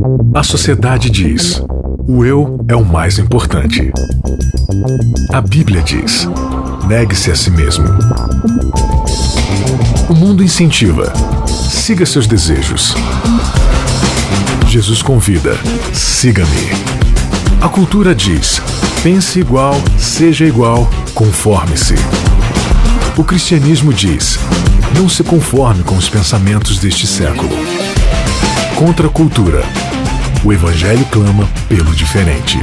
A sociedade diz: o eu é o mais importante. A Bíblia diz: negue-se a si mesmo. O mundo incentiva: siga seus desejos. Jesus convida: siga-me. A cultura diz: pense igual, seja igual, conforme-se. O cristianismo diz: não se conforme com os pensamentos deste século. Contra a cultura, o Evangelho clama pelo diferente.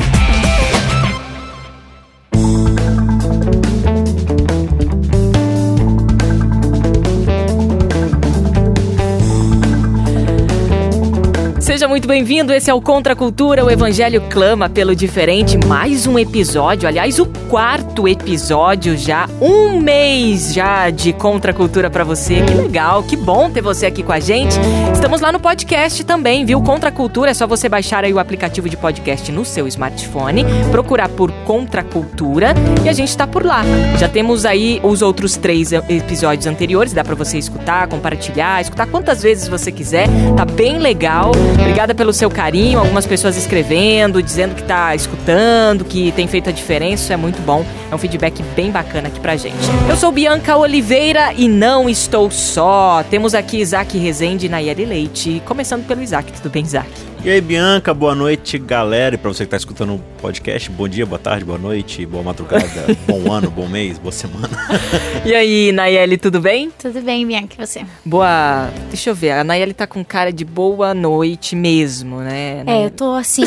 Seja muito bem-vindo, esse é o Contra a Cultura, o Evangelho clama pelo diferente. Mais um episódio, aliás, o 4º episódio já, um mês já de Contra a Cultura pra você. Que legal, que bom ter você aqui com a gente. Estamos lá no podcast também, viu? Contra a Cultura, é só você baixar aí o aplicativo de podcast no seu smartphone, procurar por Contra a Cultura e a gente tá por lá. Já temos aí os outros 3 episódios anteriores, dá pra você escutar, compartilhar, escutar quantas vezes você quiser, tá bem legal. Obrigada pelo seu carinho, algumas pessoas escrevendo, dizendo que tá escutando, que tem feito a diferença, isso é muito bom, é um feedback bem bacana aqui pra gente. Eu sou Bianca Oliveira e não estou só, temos aqui Isaac Rezende e Nayeli Leite, começando pelo Isaac, tudo bem, Isaac? E aí, Bianca, boa noite, galera, e pra você que tá escutando o podcast, bom dia, boa tarde, boa noite, boa madrugada, bom ano, bom mês, boa semana. E aí, Nayeli, tudo bem? Tudo bem, Bianca, e você? Boa, deixa eu ver, a Nayeli tá com cara de boa noite mesmo, né? É, eu tô assim,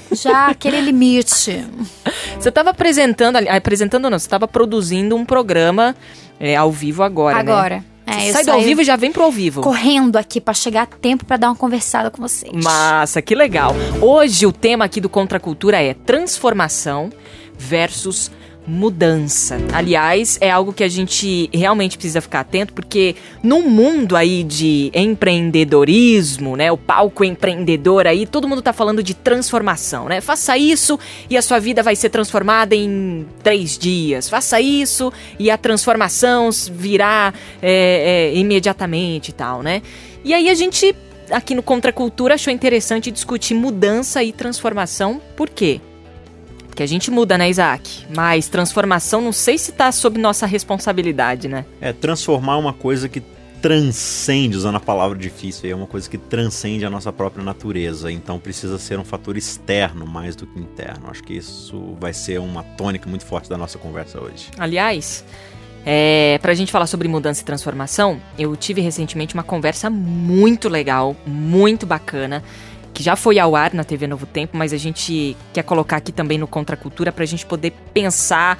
já aquele limite. Você tava apresentando não, você tava produzindo um programa ao vivo agora, né? É, sai do ao vivo e já vem pro ao vivo. Correndo aqui pra chegar a tempo pra dar uma conversada com vocês. Massa, que legal. Hoje o tema aqui do Contra a Cultura é transformação versus mudança. Aliás, é algo que a gente realmente precisa ficar atento, porque num mundo aí de empreendedorismo, né, o palco empreendedor aí, todo mundo tá falando de transformação, né? Faça isso e a sua vida vai ser transformada em 3 dias. Faça isso e a transformação virá imediatamente e tal, né? E aí a gente, aqui no Contra a Cultura, achou interessante discutir mudança e transformação. Por quê? Que a gente muda, né, Isaac? Mas transformação, não sei se tá sob nossa responsabilidade, né? Transformar uma coisa que transcende, usando a palavra difícil, é uma coisa que transcende a nossa própria natureza. Então precisa ser um fator externo mais do que interno. Acho que isso vai ser uma tônica muito forte da nossa conversa hoje. Aliás, pra gente falar sobre mudança e transformação, eu tive recentemente uma conversa muito legal, muito bacana, que já foi ao ar na TV Novo Tempo, mas a gente quer colocar aqui também no Contra a Cultura para a gente poder pensar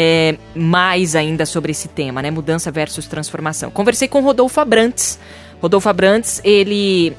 mais ainda sobre esse tema, né? Mudança versus transformação. Conversei com Rodolfo Abrantes. Rodolfo Abrantes, ele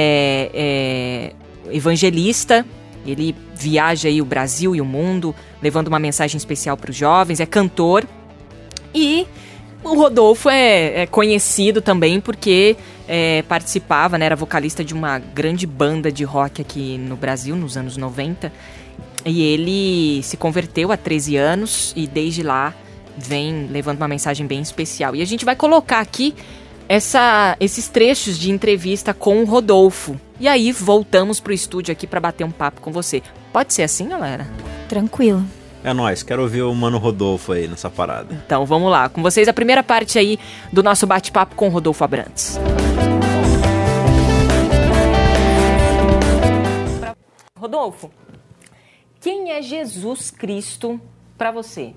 é evangelista, ele viaja aí o Brasil e o mundo, levando uma mensagem especial para os jovens, é cantor. E o Rodolfo é conhecido também porque participava, né, era vocalista de uma grande banda de rock aqui no Brasil, nos anos 90. E ele se converteu há 13 anos e desde lá vem levando uma mensagem bem especial. E a gente vai colocar aqui esses trechos de entrevista com o Rodolfo. E aí voltamos pro estúdio aqui para bater um papo com você. Pode ser assim, galera? Tranquilo. É nóis, quero ouvir o Mano Rodolfo aí nessa parada. Então vamos lá, com vocês a primeira parte aí do nosso bate-papo com Rodolfo Abrantes. Rodolfo, quem é Jesus Cristo para você?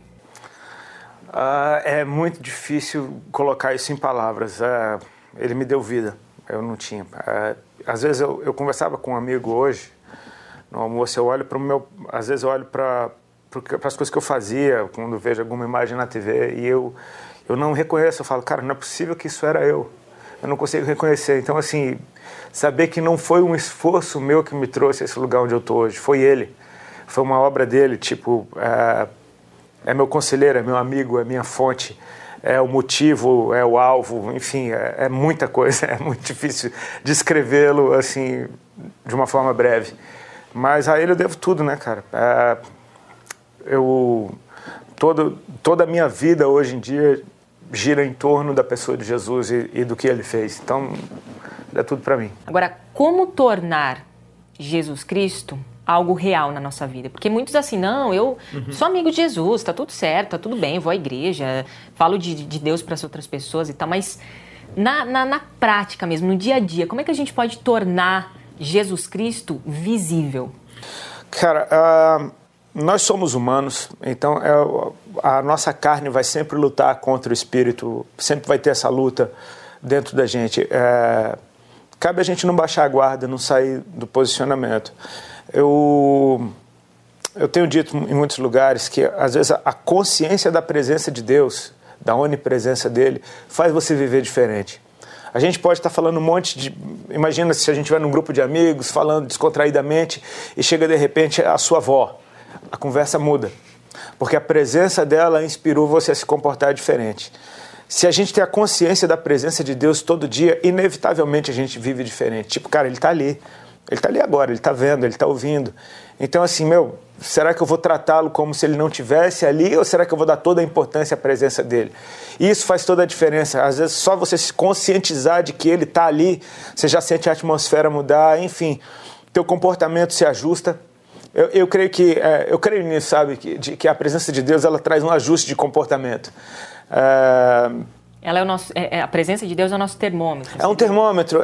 É muito difícil colocar isso em palavras. Ele me deu vida, eu não tinha. Às vezes eu conversava com um amigo hoje, no almoço, às vezes eu olho para as coisas que eu fazia, quando vejo alguma imagem na TV, e eu não reconheço, eu falo, cara, não é possível que isso era eu não consigo reconhecer. Então, assim, saber que não foi um esforço meu que me trouxe a esse lugar onde eu estou hoje, foi ele, foi uma obra dele, tipo, é meu conselheiro, é meu amigo, é minha fonte, é o motivo, é o alvo, enfim, é muita coisa, é muito difícil descrevê-lo, assim, de uma forma breve. Mas a ele eu devo tudo, né, cara? Toda a minha vida hoje em dia gira em torno da pessoa de Jesus e do que ele fez. Então, é tudo para mim. Agora, como tornar Jesus Cristo algo real na nossa vida. Porque muitos assim, não, eu sou amigo de Jesus, tá tudo certo, tá tudo bem, vou à igreja, falo de Deus para as outras pessoas e tal, mas na prática mesmo, no dia a dia, como é que a gente pode tornar Jesus Cristo visível? Cara, nós somos humanos, então a nossa carne vai sempre lutar contra o espírito, sempre vai ter essa luta dentro da gente. Cabe a gente não baixar a guarda, não sair do posicionamento. Eu tenho dito em muitos lugares que, às vezes, a consciência da presença de Deus, da onipresença dele, faz você viver diferente. A gente pode estar falando um monte de... Imagina se a gente estiver num grupo de amigos, falando descontraídamente, e chega, de repente, a sua avó. A conversa muda, porque a presença dela inspirou você a se comportar diferente. Se a gente tem a consciência da presença de Deus todo dia, inevitavelmente a gente vive diferente. Tipo, cara, ele está ali agora, ele está vendo, ele está ouvindo. Então, assim, será que eu vou tratá-lo como se ele não estivesse ali, ou será que eu vou dar toda a importância à presença dele? E isso faz toda a diferença. Às vezes, só você se conscientizar de que ele está ali, você já sente a atmosfera mudar, enfim, teu comportamento se ajusta. Eu creio nisso, sabe, que a presença de Deus, ela traz um ajuste de comportamento. Ela a presença de Deus é o nosso termômetro. É um termômetro,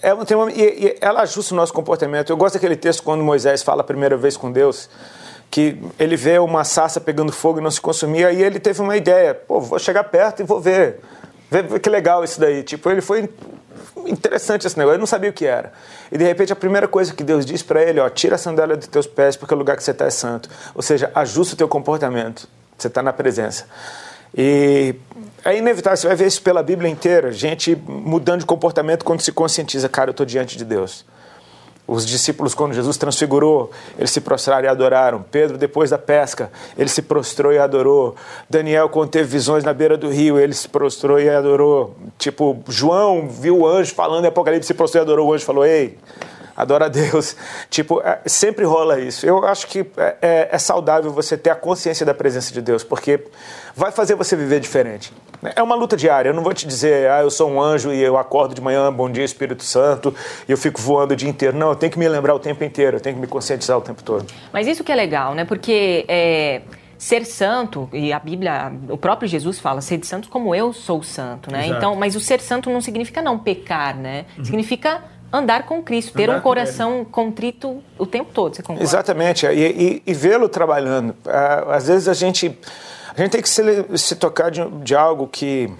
e ela ajusta o nosso comportamento. Eu gosto daquele texto quando Moisés fala a primeira vez com Deus, que ele vê uma sarça pegando fogo e não se consumia, e ele teve uma ideia, vou chegar perto e vou ver que legal isso daí. Tipo, ele foi interessante esse negócio, ele não sabia o que era. E de repente a primeira coisa que Deus diz para ele, tira a sandália dos teus pés, porque o lugar que você está é santo. Ou seja, ajusta o teu comportamento, você está na presença. E é inevitável, você vai ver isso pela Bíblia inteira, gente mudando de comportamento quando se conscientiza, cara, eu estou diante de Deus. Os discípulos, quando Jesus transfigurou, eles se prostraram e adoraram. Pedro, depois da pesca, ele se prostrou e adorou. Daniel, quando teve visões na beira do rio, ele se prostrou e adorou. Tipo, João viu o anjo falando em Apocalipse, se prostrou e adorou. O anjo falou, ei, adora a Deus. Tipo, sempre rola isso. Eu acho que é saudável você ter a consciência da presença de Deus, porque vai fazer você viver diferente. É uma luta diária. Eu não vou te dizer, eu sou um anjo e eu acordo de manhã, bom dia, Espírito Santo, e eu fico voando o dia inteiro. Não, eu tenho que me lembrar o tempo inteiro, eu tenho que me conscientizar o tempo todo. Mas isso que é legal, né? Porque ser santo, e a Bíblia, o próprio Jesus fala, sede santos como eu sou santo, né? Então, mas o ser santo não significa não pecar, né? Significa andar com Cristo, ter um coração contrito o tempo todo, você concorda? Exatamente, e vê-lo trabalhando. Às vezes a gente tem que se tocar de algo que,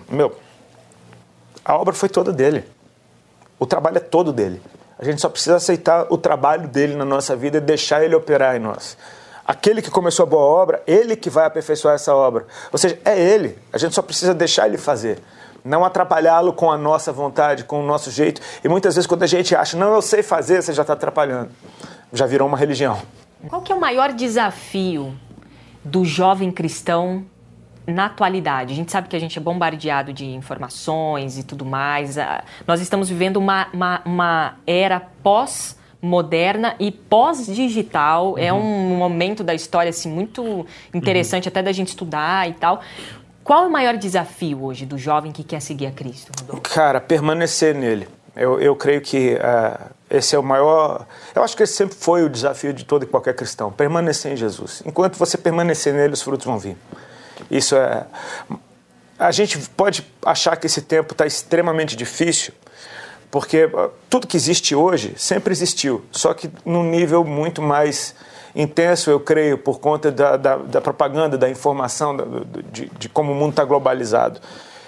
a obra foi toda dele. O trabalho é todo dele. A gente só precisa aceitar o trabalho dele na nossa vida e deixar ele operar em nós. Aquele que começou a boa obra, ele que vai aperfeiçoar essa obra. Ou seja, é ele. A gente só precisa deixar ele fazer. Não atrapalhá-lo com a nossa vontade, com o nosso jeito. E muitas vezes quando a gente acha, não, eu sei fazer, você já está atrapalhando. Já virou uma religião. Qual que é o maior desafio do jovem cristão na atualidade? A gente sabe que a gente é bombardeado de informações e tudo mais. Nós estamos vivendo uma era pós-moderna e pós-digital. É um momento da história assim, muito interessante até da gente estudar e tal. Qual é o maior desafio hoje do jovem que quer seguir a Cristo, Rodolfo? Cara, permanecer nele. Eu creio que esse é o maior... Eu acho que esse sempre foi o desafio de todo e qualquer cristão. Permanecer em Jesus. Enquanto você permanecer nele, os frutos vão vir. Isso é... A gente pode achar que esse tempo está extremamente difícil, porque tudo que existe hoje sempre existiu, só que num nível muito mais intenso, eu creio, por conta da propaganda, da informação, de como o mundo está globalizado.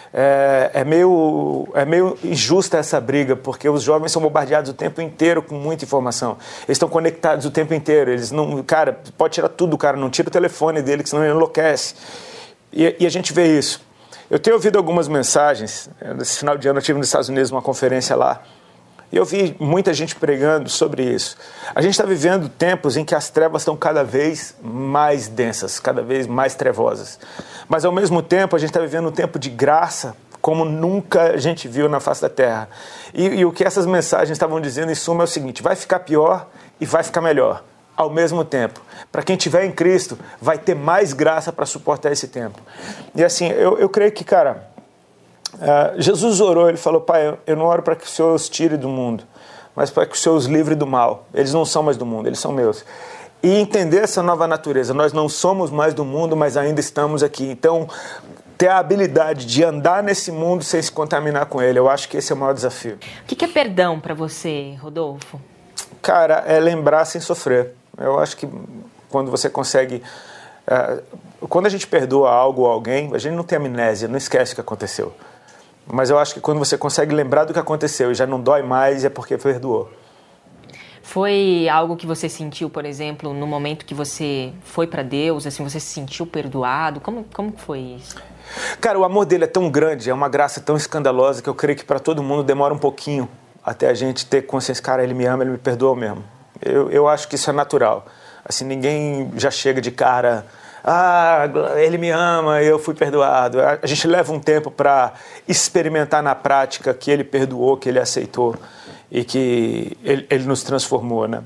É meio injusta essa briga, porque os jovens são bombardeados o tempo inteiro com muita informação. Eles estão conectados o tempo inteiro. Eles não, cara, pode tirar tudo, cara, não tira o telefone dele, que senão ele enlouquece. E a gente vê isso. Eu tenho ouvido algumas mensagens. Nesse final de ano eu tive nos Estados Unidos uma conferência lá. E eu vi muita gente pregando sobre isso. A gente está vivendo tempos em que as trevas estão cada vez mais densas, cada vez mais trevosas. Mas, ao mesmo tempo, a gente está vivendo um tempo de graça como nunca a gente viu na face da Terra. E o que essas mensagens estavam dizendo, em suma, é o seguinte: vai ficar pior e vai ficar melhor ao mesmo tempo. Para quem estiver em Cristo, vai ter mais graça para suportar esse tempo. E assim, eu creio que, cara... Jesus orou, ele falou: Pai, eu não oro para que o Senhor os tire do mundo, mas para que o Senhor os livre do mal. Eles não são mais do mundo, eles são meus. E entender essa nova natureza. Nós não somos mais do mundo, mas ainda estamos aqui. Então, ter a habilidade de andar nesse mundo sem se contaminar com ele. Eu acho que esse é o maior desafio. O que é perdão para você, Rodolfo? Cara, é lembrar sem sofrer. Eu acho que quando você consegue... quando a gente perdoa algo ou alguém, a gente não tem amnésia, não esquece o que aconteceu. Mas eu acho que quando você consegue lembrar do que aconteceu e já não dói mais, é porque perdoou. Foi algo que você sentiu, por exemplo, no momento que você foi para Deus, assim, você se sentiu perdoado? Como foi isso? Cara, o amor dele é tão grande, é uma graça tão escandalosa que eu creio que para todo mundo demora um pouquinho até a gente ter consciência, cara, ele me ama, ele me perdoa mesmo. Eu acho que isso é natural. Assim, ninguém já chega de cara, ele me ama, eu fui perdoado. A gente leva um tempo para experimentar na prática que ele perdoou, que ele aceitou e que ele nos transformou, né?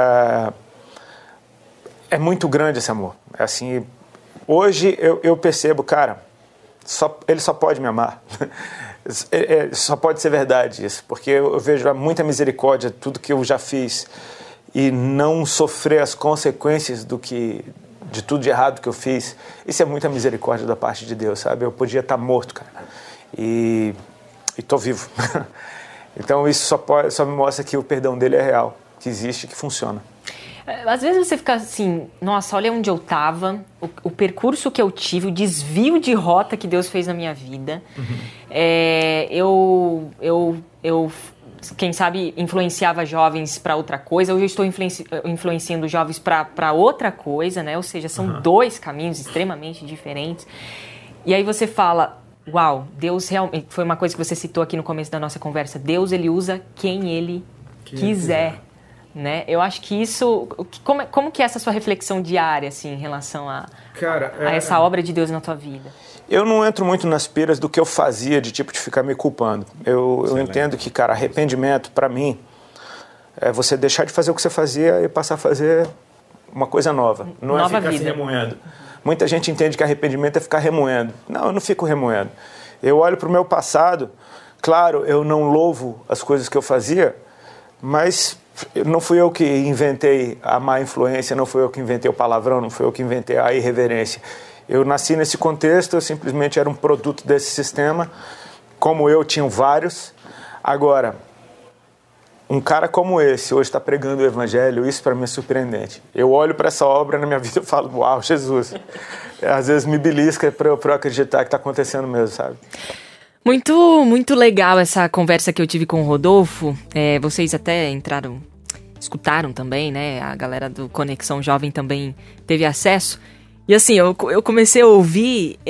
É muito grande esse amor. Assim, hoje eu percebo, cara, ele só pode me amar. Só pode ser verdade isso, porque eu vejo muita misericórdia, tudo que eu já fiz, e não sofrer as consequências de tudo de errado que eu fiz. Isso é muita misericórdia da parte de Deus, sabe? Eu podia estar morto, cara, e tô vivo. Então isso só me mostra que o perdão dele é real, que existe, que funciona. Às vezes você fica assim, nossa, olha onde eu tava, o percurso que eu tive, o desvio de rota que Deus fez na minha vida. Eu quem sabe, influenciava jovens para outra coisa, hoje eu estou influenciando jovens para outra coisa, né? Ou seja, são dois caminhos extremamente diferentes. E aí você fala, uau, Deus realmente... Foi uma coisa que você citou aqui no começo da nossa conversa. Deus, ele usa quem ele quiser. Né? Eu acho que isso... Como que é essa sua reflexão diária, assim, em relação a essa obra de Deus na tua vida? Eu não entro muito nas piras do que eu fazia, de ficar me culpando. Eu entendo que, cara, arrependimento, para mim, é você deixar de fazer o que você fazia e passar a fazer uma coisa nova. Não nova é ficar vida. se remoendo. Muita gente entende que arrependimento é ficar remoendo. Não, eu não fico remoendo. Eu olho para o meu passado, claro, eu não louvo as coisas que eu fazia, mas não fui eu que inventei a má influência, não fui eu que inventei o palavrão, não fui eu que inventei a irreverência. Eu nasci nesse contexto, eu simplesmente era um produto desse sistema, como eu, tinham vários. Agora, um cara como esse hoje está pregando o evangelho, isso para mim é surpreendente. Eu olho para essa obra na minha vida e falo, uau, Jesus. Às vezes me belisca para eu acreditar que está acontecendo mesmo, sabe? Muito legal essa conversa que eu tive com o Rodolfo. Vocês até escutaram também, né? A galera do Conexão Jovem também teve acesso. E assim, eu comecei a ouvir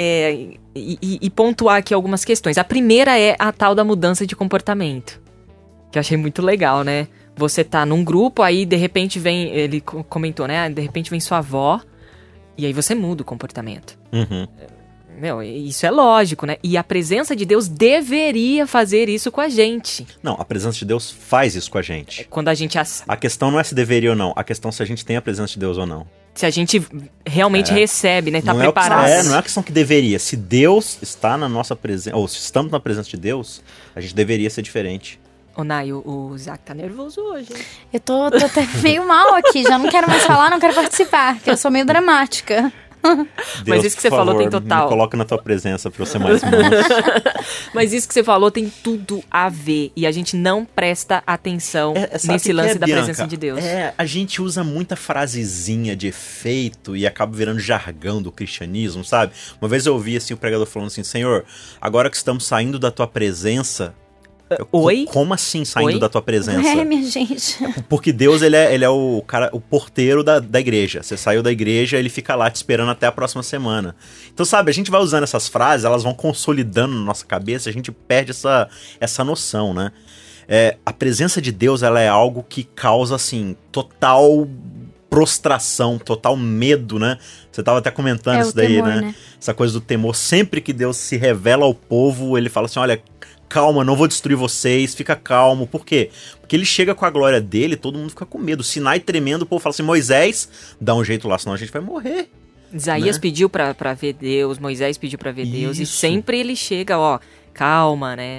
e pontuar aqui algumas questões. A primeira é a tal da mudança de comportamento, que eu achei muito legal, né? Você tá num grupo, aí de repente vem, ele comentou, né? De repente vem sua avó, e aí você muda o comportamento. Meu, isso é lógico, né? E a presença de Deus deveria fazer isso com a gente. Não, a presença de Deus faz isso com a gente. Quando a gente... A questão não é se deveria ou não, a questão é se a gente tem a presença de Deus ou não. Se a gente realmente recebe, né? Tá não preparado. Não é a questão que deveria. Se Deus está na nossa presença, ou se estamos na presença de Deus, a gente deveria ser diferente. Ô, Nai, o Isaac tá nervoso hoje. Eu tô até meio mal aqui, já não quero mais falar, não quero participar, porque eu sou meio dramática. Deus, mas isso que você falou tem total. Me coloca na tua presença pra eu ser mais manso. Mas isso que você falou tem tudo a ver. E a gente não presta atenção nesse lance da Bianca? presença de Deus. A gente usa muita frasezinha de efeito e acaba virando jargão do cristianismo, sabe? Uma vez eu ouvi assim, o pregador falando assim, Senhor, agora que estamos saindo da tua presença... Oi? Como assim saindo da tua presença? Minha gente. Porque Deus, ele é o cara, o porteiro da igreja. Você saiu da igreja, ele fica lá te esperando até a próxima semana. Então, sabe, a gente vai usando essas frases, elas vão consolidando na nossa cabeça, a gente perde essa noção, né? A presença de Deus, ela é algo que causa, assim, total prostração, total medo, né? Você estava até comentando isso daí, temor, né? Essa coisa do temor. Sempre que Deus se revela ao povo, ele fala assim, olha... Calma, não vou destruir vocês, fica calmo. Por quê? Porque ele chega com a glória dele, todo mundo fica com medo. Sinai tremendo, o povo fala assim, Moisés, dá um jeito lá, senão a gente vai morrer. Isaías pediu pra ver Deus, Moisés pediu pra ver Deus, e sempre ele chega, calma, né?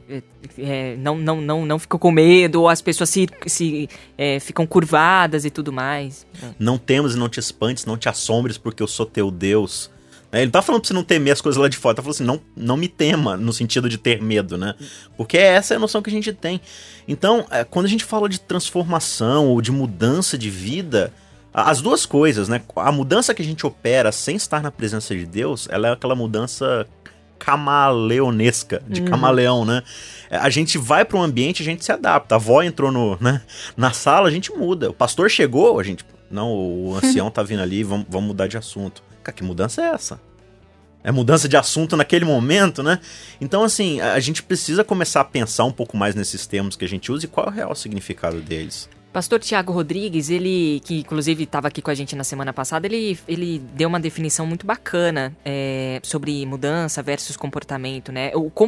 não ficam com medo, ou as pessoas ficam curvadas e tudo mais. Não temas e não te espantes, não te assombres, porque eu sou teu Deus. Ele não tá falando pra você não temer as coisas lá de fora, tá falando assim, não me tema, no sentido de ter medo, né? Porque essa é a noção que a gente tem. Então, quando a gente fala de transformação ou de mudança de vida, as duas coisas, né? A mudança que a gente opera sem estar na presença de Deus, ela é aquela mudança camaleonesca, de camaleão, né? A gente vai para um ambiente, a gente se adapta. A avó entrou na sala, a gente muda. O pastor chegou, a gente... Não, o ancião tá vindo ali, vamos mudar de assunto. Cara, que mudança é essa? É mudança de assunto naquele momento, né? Então, assim, a gente precisa começar a pensar um pouco mais nesses termos que a gente usa e qual é o real significado deles. Pastor Tiago Rodrigues, ele, que inclusive estava aqui com a gente na semana passada, ele deu uma definição muito bacana sobre mudança versus comportamento, né?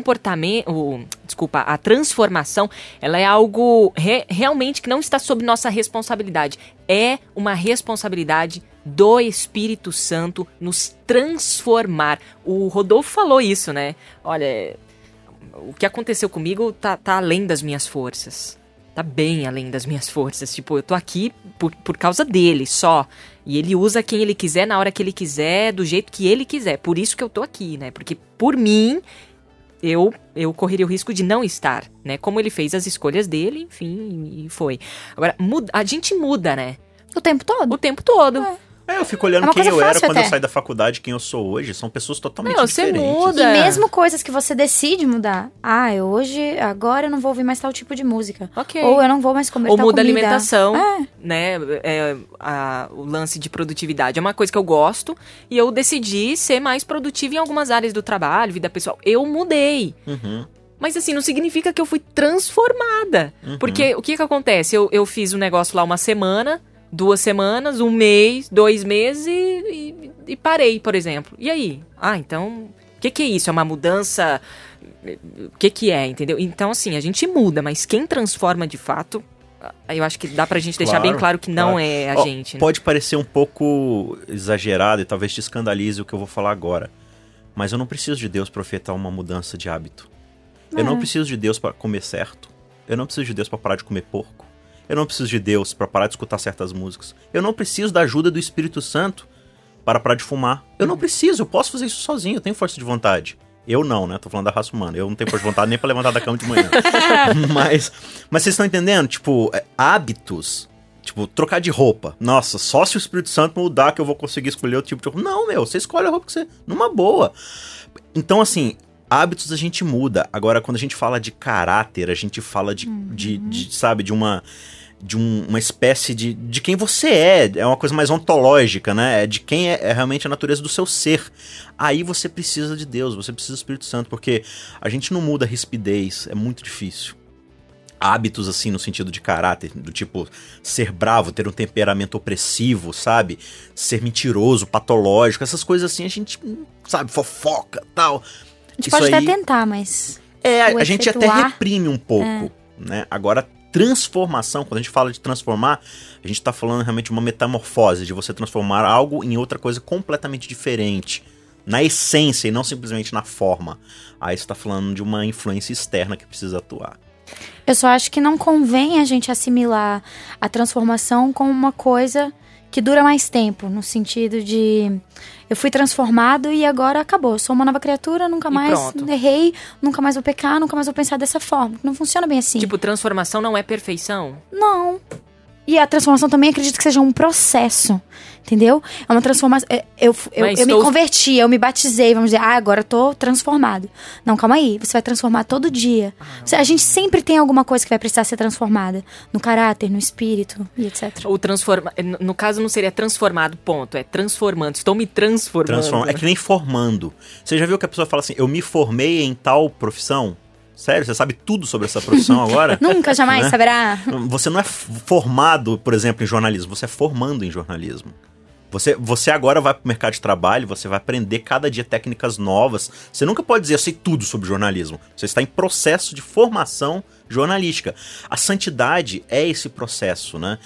A transformação, ela é algo realmente que não está sob nossa responsabilidade. É uma responsabilidade do Espírito Santo nos transformar. O Rodolfo falou isso, né? Olha, o que aconteceu comigo tá além das minhas forças. Tá bem além das minhas forças. Tipo, eu tô aqui por causa dele só. E ele usa quem ele quiser, na hora que ele quiser, do jeito que ele quiser. Por isso que eu tô aqui, né? Porque por mim, eu correria o risco de não estar, né? Como ele fez as escolhas dele, enfim, e foi. Agora, a gente muda, né? O tempo todo? O tempo todo. Eu fico olhando quem eu era quando eu saí da faculdade, quem eu sou hoje. São pessoas totalmente diferentes. Você muda. E mesmo coisas que você decide mudar. Agora eu não vou ouvir mais tal tipo de música. Ok. Ou eu não vou mais comer tal comida. Ou muda a alimentação, né? O lance de produtividade é uma coisa que eu gosto. E eu decidi ser mais produtiva em algumas áreas do trabalho, vida pessoal. Eu mudei. Mas assim, não significa que eu fui transformada. Porque o que acontece? Eu fiz um negócio lá uma semana... 2 semanas, 1 mês, 2 meses e parei, por exemplo. E aí? Então, o que é isso? É uma mudança? O que é, entendeu? Então, assim, a gente muda, mas quem transforma de fato, eu acho que dá pra gente deixar bem claro que não é a gente. Né? Pode parecer um pouco exagerado e talvez te escandalize o que eu vou falar agora, mas eu não preciso de Deus para afetar uma mudança de hábito. Eu não preciso de Deus para comer certo. Eu não preciso de Deus para parar de comer porco. Eu não preciso de Deus para parar de escutar certas músicas. Eu não preciso da ajuda do Espírito Santo para parar de fumar. Eu não preciso, eu posso fazer isso sozinho, eu tenho força de vontade. Eu não, né? Tô falando da raça humana. Eu não tenho força de vontade nem para levantar da cama de manhã. Mas vocês estão entendendo? Tipo, hábitos, tipo, trocar de roupa. Nossa, só se o Espírito Santo mudar que eu vou conseguir escolher o tipo de roupa. Não, você escolhe a roupa que você... Numa boa. Então, assim... Hábitos a gente muda. Agora, quando a gente fala de caráter, a gente fala de uma espécie de quem você é. É uma coisa mais ontológica, né? É de quem é realmente a natureza do seu ser. Aí você precisa de Deus, você precisa do Espírito Santo, porque a gente não muda a rispidez, é muito difícil. Hábitos, assim, no sentido de caráter, do tipo ser bravo, ter um temperamento opressivo, sabe? Ser mentiroso, patológico, essas coisas assim, a gente, sabe, fofoca, tal... A gente pode até tentar, mas... a gente até reprime um pouco, né? Agora, transformação, quando a gente fala de transformar, a gente tá falando realmente de uma metamorfose, de você transformar algo em outra coisa completamente diferente, na essência e não simplesmente na forma. Aí você tá falando de uma influência externa que precisa atuar. Eu só acho que não convém a gente assimilar a transformação como uma coisa que dura mais tempo, no sentido de... Eu fui transformado e agora acabou. Eu sou uma nova criatura, nunca mais errei, nunca mais vou pecar, nunca mais vou pensar dessa forma. Não funciona bem assim. Tipo, transformação não é perfeição? Não. E a transformação também acredito que seja um processo, entendeu? É uma transformação... Eu me converti, eu me batizei, vamos dizer, agora eu tô transformado. Não, calma aí, você vai transformar todo dia. A gente sempre tem alguma coisa que vai precisar ser transformada. No caráter, no espírito e etc. No caso não seria transformado, ponto. É transformando, estou me transformando. É que nem formando. Você já viu que a pessoa fala assim, eu me formei em tal profissão? Sério? Você sabe tudo sobre essa profissão agora? Nunca, jamais saberá. Você não é formado, por exemplo, em jornalismo. Você é formando em jornalismo. Você agora vai pro mercado de trabalho, você vai aprender cada dia técnicas novas. Você nunca pode dizer, eu sei tudo sobre jornalismo. Você está em processo de formação jornalística. A santidade é esse processo, né?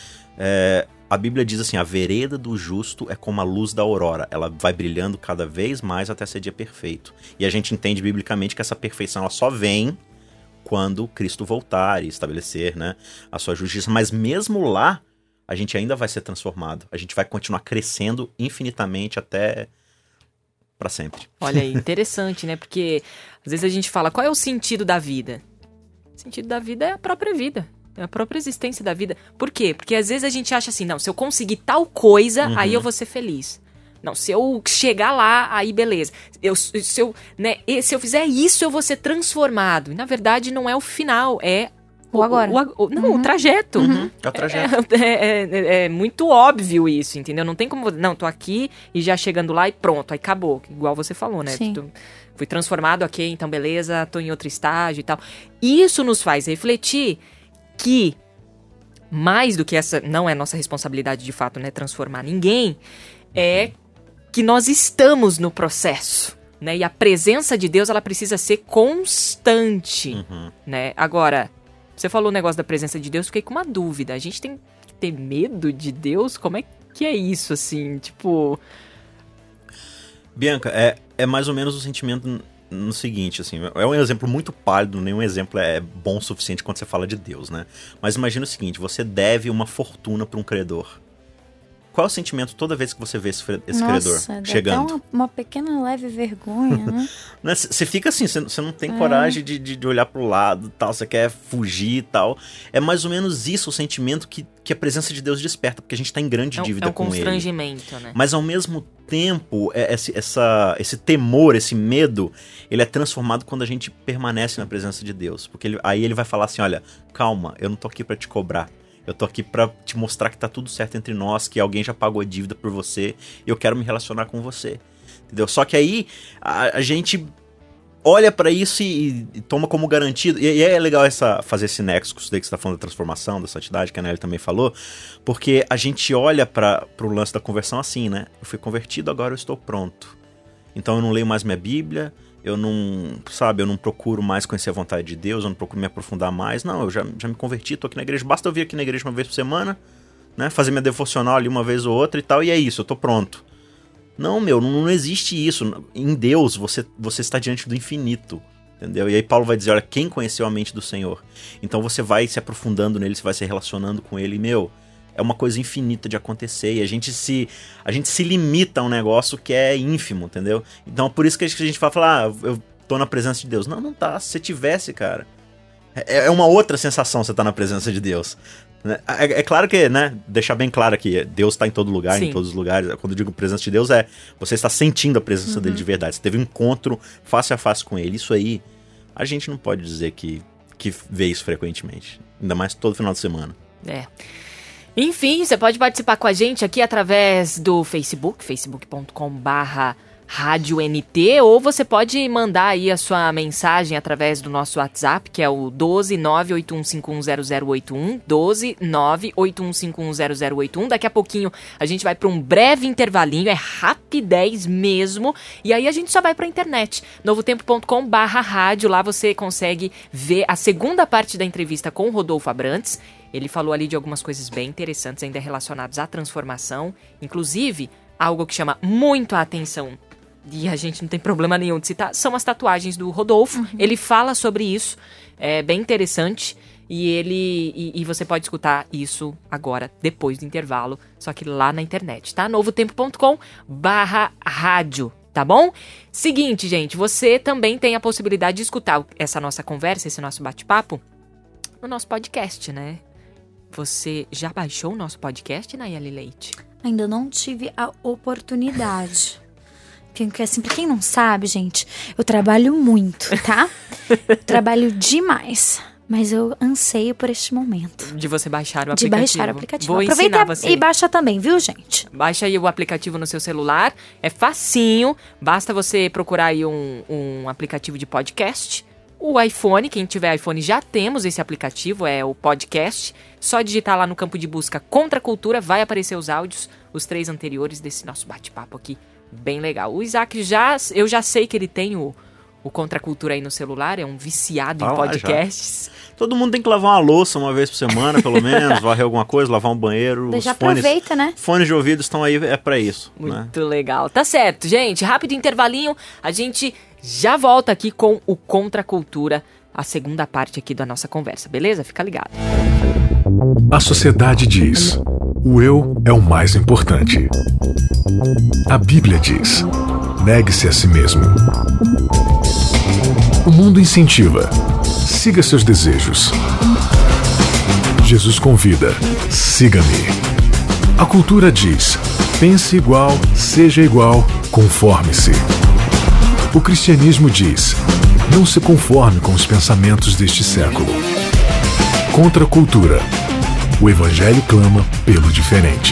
A Bíblia diz assim, a vereda do justo é como a luz da aurora. Ela vai brilhando cada vez mais até ser dia perfeito. E a gente entende biblicamente que essa perfeição ela só vem quando Cristo voltar e estabelecer, né, a sua justiça. Mas mesmo lá, a gente ainda vai ser transformado. A gente vai continuar crescendo infinitamente até para sempre. Olha aí, interessante, né? Porque às vezes a gente fala, qual é o sentido da vida? O sentido da vida é a própria vida. É a própria existência da vida. Por quê? Porque às vezes a gente acha assim, não, se eu conseguir tal coisa, aí eu vou ser feliz. Não, se eu chegar lá, aí beleza. Se eu fizer isso, eu vou ser transformado. E na verdade não é o final, é o agora. O trajeto. É o trajeto. É muito óbvio isso, entendeu? Não tem como... Não, tô aqui e já chegando lá e pronto, aí acabou. Igual você falou, né? Sim. Fui transformado, ok, então beleza, tô em outro estágio e tal. Isso nos faz refletir que, mais do que essa... Não é nossa responsabilidade de fato, né? Transformar ninguém. É que nós estamos no processo, né? E a presença de Deus, ela precisa ser constante, né? Agora, você falou o negócio da presença de Deus, fiquei com uma dúvida. A gente tem que ter medo de Deus? Como é que é isso, assim? Tipo... Bianca, é mais ou menos o sentimento no seguinte, assim, é um exemplo muito pálido, nenhum exemplo é bom o suficiente quando você fala de Deus, né? Mas imagina o seguinte, você deve uma fortuna para um credor. Qual é o sentimento toda vez que você vê esse credor chegando? Até uma pequena leve vergonha, né? Você fica assim, você não tem coragem de olhar pro lado, tal, você quer fugir e tal. É mais ou menos isso o sentimento que a presença de Deus desperta, porque a gente tá em grande dívida com ele. É um constrangimento, né? Mas ao mesmo tempo, esse temor, esse medo, ele é transformado quando a gente permanece na presença de Deus. Porque aí ele vai falar assim, olha, calma, eu não tô aqui pra te cobrar. Eu tô aqui pra te mostrar que tá tudo certo entre nós, que alguém já pagou a dívida por você, e eu quero me relacionar com você. Entendeu? Só que aí a gente olha pra isso e toma como garantido. E é legal fazer esse nexo com isso daí que você tá falando da transformação, da santidade, que a Nelly também falou, porque a gente olha pro lance da conversão assim, né? Eu fui convertido, agora eu estou pronto. Então eu não leio mais minha Bíblia, eu não procuro mais conhecer a vontade de Deus, eu não procuro me aprofundar mais. Não, eu já me converti, tô aqui na igreja. Basta eu vir aqui na igreja uma vez por semana, né? Fazer minha devocional ali uma vez ou outra e tal, e é isso, eu tô pronto. Não, não existe isso. Em Deus, você está diante do infinito, entendeu? E aí Paulo vai dizer, olha, quem conheceu a mente do Senhor? Então você vai se aprofundando nele, você vai se relacionando com ele, e, é uma coisa infinita de acontecer, e a gente se limita a um negócio que é ínfimo, entendeu? Então por isso que a gente fala, eu tô na presença de Deus. Não tá, se você tivesse, cara. É uma outra sensação você tá na presença de Deus. É claro que, né, deixar bem claro aqui, Deus tá em todo lugar, em todos os lugares. Quando eu digo presença de Deus, você está sentindo a presença dele de verdade. Você teve um encontro face a face com ele. Isso aí, a gente não pode dizer que vê isso frequentemente. Ainda mais todo final de semana. Enfim, você pode participar com a gente aqui através do Facebook, facebook.com/RádioNT, ou você pode mandar aí a sua mensagem através do nosso WhatsApp, que é o 12981510081, 12981510081. Daqui a pouquinho a gente vai para um breve intervalinho, é rapidez mesmo, e aí a gente só vai para a internet, novotempo.com/rádio, lá você consegue ver a segunda parte da entrevista com o Rodolfo Abrantes. Ele falou ali de algumas coisas bem interessantes ainda relacionadas à transformação, inclusive algo que chama muito a atenção, e a gente não tem problema nenhum de citar, são as tatuagens do Rodolfo. Ele fala sobre isso, é bem interessante, e você pode escutar isso agora, depois do intervalo, só que lá na internet, tá? novotempo.com/rádio, tá bom? Seguinte, gente, você também tem a possibilidade de escutar essa nossa conversa, esse nosso bate-papo, no nosso podcast, né? Você já baixou o nosso podcast, Nayeli Leite? Ainda não tive a oportunidade. Porque assim, pra quem não sabe, gente, eu trabalho muito, tá? Trabalho demais. Mas eu anseio por este momento. De você baixar o aplicativo. De baixar o aplicativo. Vou Aproveita ensinar você. E baixa também, viu, gente? Baixa aí o aplicativo no seu celular. É facinho. Basta você procurar aí um aplicativo de podcast. O iPhone, quem tiver iPhone, já temos esse aplicativo, é o podcast. Só digitar lá no campo de busca Contra a Cultura, vai aparecer os áudios, os 3 anteriores desse nosso bate-papo aqui. Bem legal. O Isaac, eu já sei que ele tem o Contra a Cultura aí no celular, é um viciado em podcasts. Já. Todo mundo tem que lavar uma louça uma vez por semana, pelo menos, varrer alguma coisa, lavar um banheiro. Já aproveita, né? Fones de ouvido estão aí, é pra isso. Muito legal. Tá certo, gente. Rápido intervalinho, a gente já volta aqui com o Contra a Cultura a segunda parte aqui da nossa conversa, beleza? Fica ligado. A sociedade diz: o eu é o mais importante. A Bíblia diz: negue-se a si mesmo. O mundo incentiva: siga seus desejos. Jesus convida: siga-me. A cultura diz: pense igual, seja igual, conforme-se. O cristianismo diz: não se conforme com os pensamentos deste século. Contra a cultura, o Evangelho clama pelo diferente.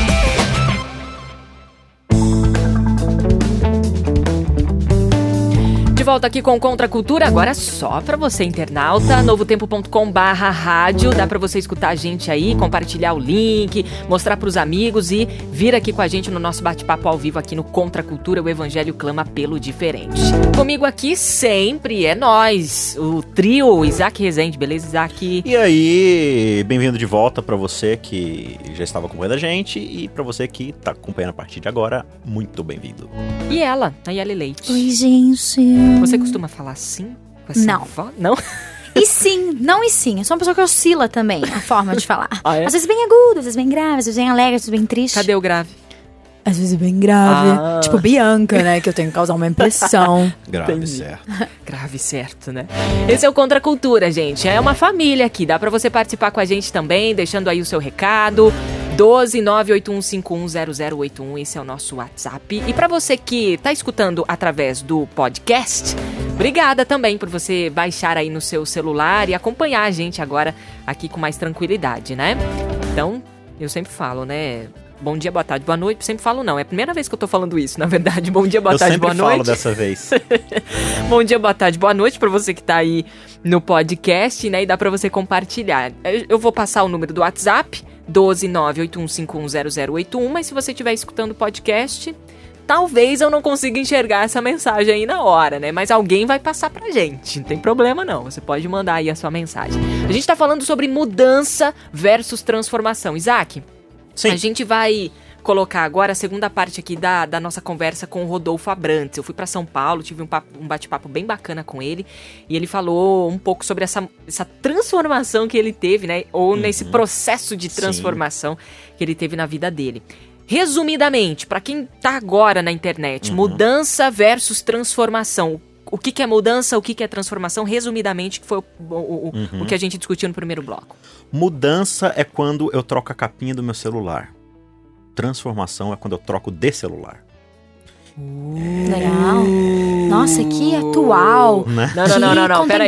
De volta aqui com Contra a Cultura, agora só pra você, internauta, novotempo.com/rádio, dá pra você escutar a gente aí, compartilhar o link, mostrar pros amigos e vir aqui com a gente no nosso bate-papo ao vivo aqui no Contra a Cultura, o Evangelho clama pelo diferente. Comigo aqui sempre é nós, o trio Isaac Rezende, beleza, Isaac? E aí, bem-vindo de volta pra você que já estava acompanhando a gente e pra você que tá acompanhando a partir de agora, muito bem-vindo. E ela, a Yali Leite. Oi, gente. Você costuma falar assim? Com essa Não. voz? Não? E sim, não e sim. Eu sou uma pessoa que oscila também a forma de falar. Ah, é? Às vezes bem agudo, às vezes bem grave, às vezes bem alegre, às vezes bem triste. Cadê o grave? Às vezes bem grave. Ah. Tipo Bianca, né? Que eu tenho que causar uma impressão. Grave, certo. Grave certo, né? Esse é o Contra a Cultura, gente. É uma família aqui. Dá pra você participar com a gente também, deixando aí o seu recado. 12981510081, esse é o nosso WhatsApp. E pra você que tá escutando através do podcast, obrigada também por você baixar aí no seu celular e acompanhar a gente agora aqui com mais tranquilidade, né? Então, eu sempre falo, né? Bom dia, boa tarde, boa noite. Sempre falo não, é a primeira vez que eu tô falando isso, na verdade. Bom dia, boa tarde, boa noite. Eu sempre falo dessa vez. Bom dia, boa tarde, boa noite pra você que tá aí no podcast, né? E dá pra você compartilhar. Eu vou passar o número do WhatsApp, 12981510081, mas se você estiver escutando o podcast, talvez eu não consiga enxergar essa mensagem aí na hora, né? Mas alguém vai passar pra gente, não tem problema não, você pode mandar aí a sua mensagem. A gente tá falando sobre mudança versus transformação. Isaac, Sim. A gente vai colocar agora a segunda parte aqui da nossa conversa com o Rodolfo Abrantes. Eu fui para São Paulo, tive um bate-papo bem bacana com ele, e ele falou um pouco sobre essa transformação que ele teve, né? Ou nesse processo de transformação que ele teve na vida dele. Resumidamente, para quem tá agora na internet, mudança versus transformação. O que é mudança, o que é transformação? Resumidamente, que foi o que a gente discutiu no primeiro bloco. Mudança é quando eu troco a capinha do meu celular. Transformação é quando eu troco de celular. Legal. Nossa, que atual. Né? Não. Peraí.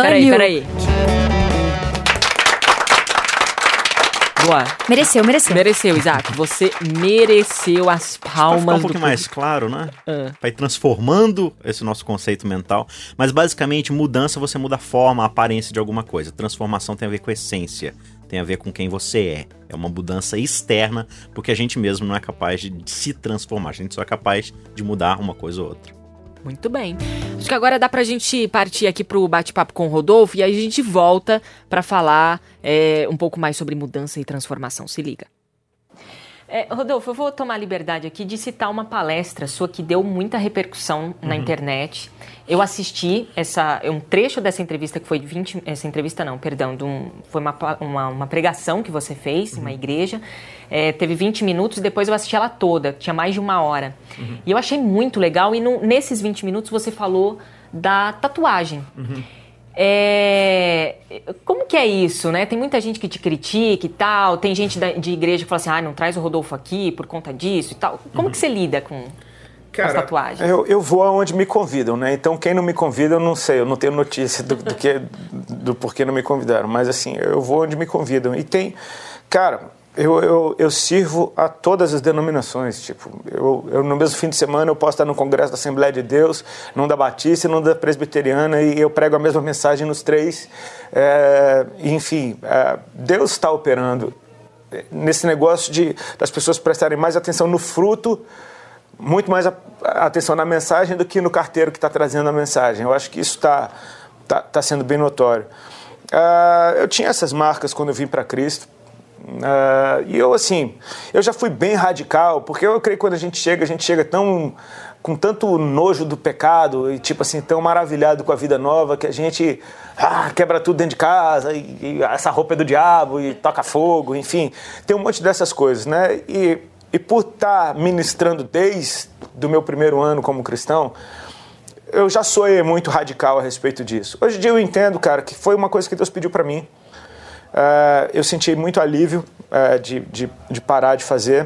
Boa. Mereceu. Mereceu, Isaac. Você mereceu as palmas. Pra ficar um pouquinho mais claro, né? Vai transformando esse nosso conceito mental. Mas basicamente, mudança, você muda a forma, a aparência de alguma coisa. Transformação tem a ver com a essência. Tem a ver com quem você é. É uma mudança externa, porque a gente mesmo não é capaz de se transformar. A gente só é capaz de mudar uma coisa ou outra. Muito bem. Acho que agora dá pra gente partir aqui pro bate-papo com o Rodolfo e aí a gente volta pra falar um pouco mais sobre mudança e transformação. Se liga. Rodolfo, eu vou tomar a liberdade aqui de citar uma palestra sua que deu muita repercussão na internet. Eu assisti um trecho dessa entrevista que foi foi uma pregação que você fez em uma igreja. Teve 20 minutos e depois eu assisti ela toda, tinha mais de 1 hora. E eu achei muito legal e nesses 20 minutos você falou da tatuagem. Como que é isso, né? Tem muita gente que te critica e tal, tem gente de igreja que fala assim, não traz o Rodolfo aqui por conta disso e tal. Como que você lida com as tatuagens? Eu vou aonde me convidam, né? Então quem não me convida, eu não sei, eu não tenho notícia do porquê não me convidaram, mas assim, eu vou onde me convidam. E tem, eu sirvo a todas as denominações, tipo, eu no mesmo fim de semana eu posso estar no Congresso da Assembleia de Deus, num da Batista e num da Presbiteriana, e eu prego a mesma mensagem nos três, enfim, Deus está operando nesse negócio das pessoas prestarem mais atenção no fruto, muito mais atenção na mensagem do que no carteiro que está trazendo a mensagem. Eu acho que isso está sendo bem notório. Eu tinha essas marcas quando eu vim para Cristo, E eu, assim, eu já fui bem radical, porque eu creio que quando a gente chega com tanto nojo do pecado e, tipo assim, tão maravilhado com a vida nova que a gente quebra tudo dentro de casa e essa roupa é do diabo e toca fogo, enfim, tem um monte dessas coisas, né? E por estar ministrando desde o meu primeiro ano como cristão, eu já sou muito radical a respeito disso. Hoje em dia eu entendo, cara, que foi uma coisa que Deus pediu para mim. Eu senti muito alívio de parar de fazer.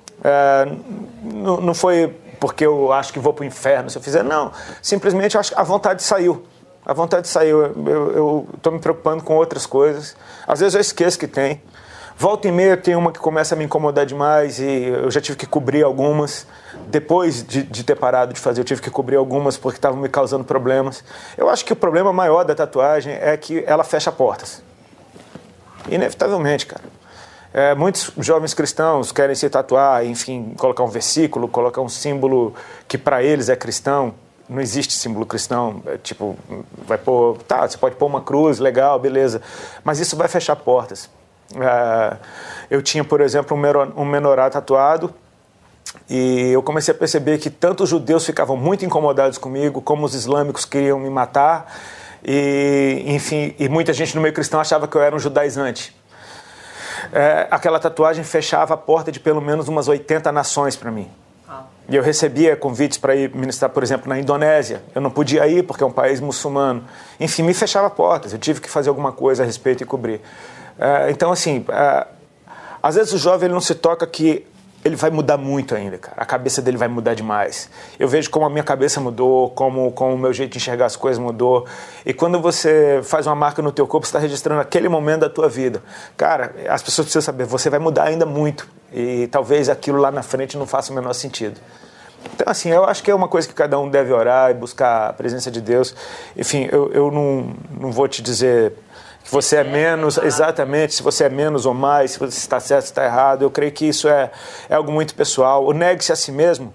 Não foi porque eu acho que vou para o inferno se eu fizer, não. Simplesmente eu acho que a vontade saiu. A vontade saiu. Eu estou me preocupando com outras coisas. Às vezes eu esqueço que tem. Volta e meia tem uma que começa a me incomodar demais e eu já tive que cobrir algumas. Depois de ter parado de fazer, eu tive que cobrir algumas porque estavam me causando problemas. Eu acho que o problema maior da tatuagem é que ela fecha portas. Inevitavelmente, cara. Muitos jovens cristãos querem se tatuar, enfim, colocar um versículo, colocar um símbolo que para eles é cristão. Não existe símbolo cristão, tipo, vai pôr, você pode pôr uma cruz, legal, beleza, mas isso vai fechar portas. Eu tinha, por exemplo, um menorá tatuado e eu comecei a perceber que tanto os judeus ficavam muito incomodados comigo, como os islâmicos queriam me matar e, enfim, e muita gente no meio cristão achava que eu era um judaizante. Aquela tatuagem fechava a porta de pelo menos umas 80 nações para mim. E eu recebia convites para ir ministrar, por exemplo, na Indonésia. Eu não podia ir porque é um país muçulmano. Enfim, me fechava portas. Eu tive que fazer alguma coisa a respeito e cobrir. Então, assim, às vezes o jovem ele não se toca que ele vai mudar muito ainda, cara. A cabeça dele vai mudar demais. Eu vejo como a minha cabeça mudou, como o meu jeito de enxergar as coisas mudou. E quando você faz uma marca no teu corpo, você está registrando aquele momento da tua vida. Cara, as pessoas precisam saber, você vai mudar ainda muito. E talvez aquilo lá na frente não faça o menor sentido. Então, assim, eu acho que é uma coisa que cada um deve orar e buscar a presença de Deus. Enfim, eu não vou te dizer que você é menos, exatamente, se você é menos ou mais, se você está certo, se está errado. Eu creio que isso é algo muito pessoal. O negue-se a si mesmo,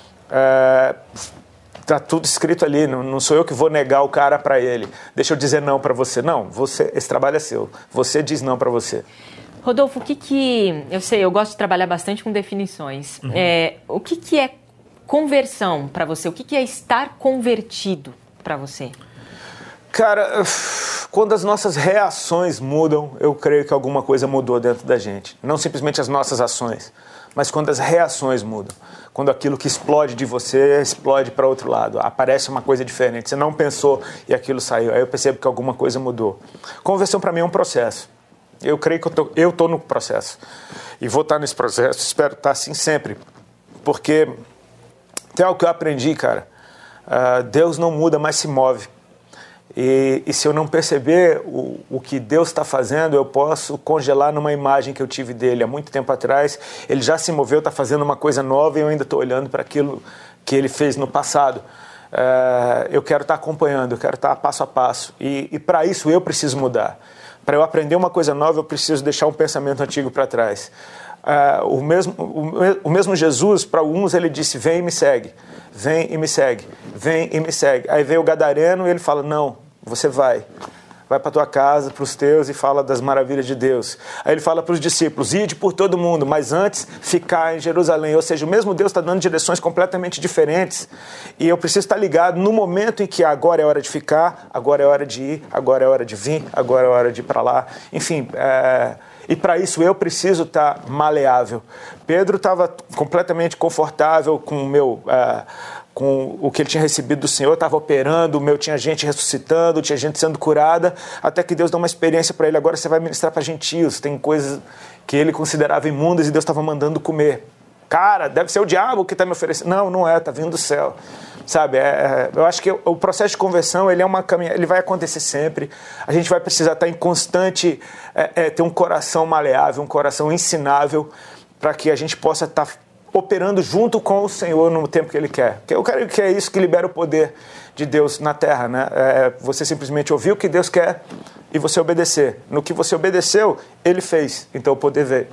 está tudo escrito ali, não sou eu que vou negar o cara para ele. Deixa eu dizer não para você. Não, esse trabalho é seu. Você diz não para você. Rodolfo, eu sei, eu gosto de trabalhar bastante com definições. O que é conversão para você? O que é estar convertido para você? Cara, quando as nossas reações mudam, eu creio que alguma coisa mudou dentro da gente. Não simplesmente as nossas ações, mas quando as reações mudam. Quando aquilo que explode de você, explode para outro lado. Aparece uma coisa diferente. Você não pensou e aquilo saiu. Aí eu percebo que alguma coisa mudou. Conversão para mim é um processo. Eu creio que eu estou no processo. E vou estar nesse processo. Espero estar assim sempre. Porque tem algo que eu aprendi, cara. Deus não muda, mas se move. E se eu não perceber o que Deus está fazendo, eu posso congelar numa imagem que eu tive dele há muito tempo atrás. Ele já se moveu, está fazendo uma coisa nova e eu ainda estou olhando para aquilo que ele fez no passado. Eu quero estar acompanhando, eu quero estar passo a passo. E para isso eu preciso mudar. Para eu aprender uma coisa nova, eu preciso deixar um pensamento antigo para trás. O mesmo Jesus, para alguns, ele disse, vem e me segue. Vem e me segue. Vem e me segue. Aí veio o gadareno e ele fala, não, você vai para a tua casa, para os teus e fala das maravilhas de Deus. Aí ele fala para os discípulos, ide por todo mundo, mas antes ficar em Jerusalém. Ou seja, o mesmo Deus está dando direções completamente diferentes e eu preciso estar ligado no momento em que agora é hora de ficar, agora é hora de ir, agora é hora de vir, agora é hora de ir para lá. Enfim, e para isso eu preciso estar maleável. Pedro estava completamente confortável com com o que ele tinha recebido do Senhor, estava operando, tinha gente ressuscitando, tinha gente sendo curada, até que Deus dá uma experiência para ele, agora você vai ministrar para gentios, tem coisas que ele considerava imundas e Deus estava mandando comer. Cara, deve ser o diabo que está me oferecendo. Não, não é, está vindo do céu. Sabe, eu acho que o processo de conversão, ele vai acontecer sempre. A gente vai precisar estar em constante, ter um coração maleável, um coração ensinável, para que a gente possa estar operando junto com o Senhor no tempo que Ele quer. Porque eu quero que é isso que libera o poder de Deus na terra, né? Você simplesmente ouvir o que Deus quer e você obedecer. No que você obedeceu, Ele fez. Então o poder veio.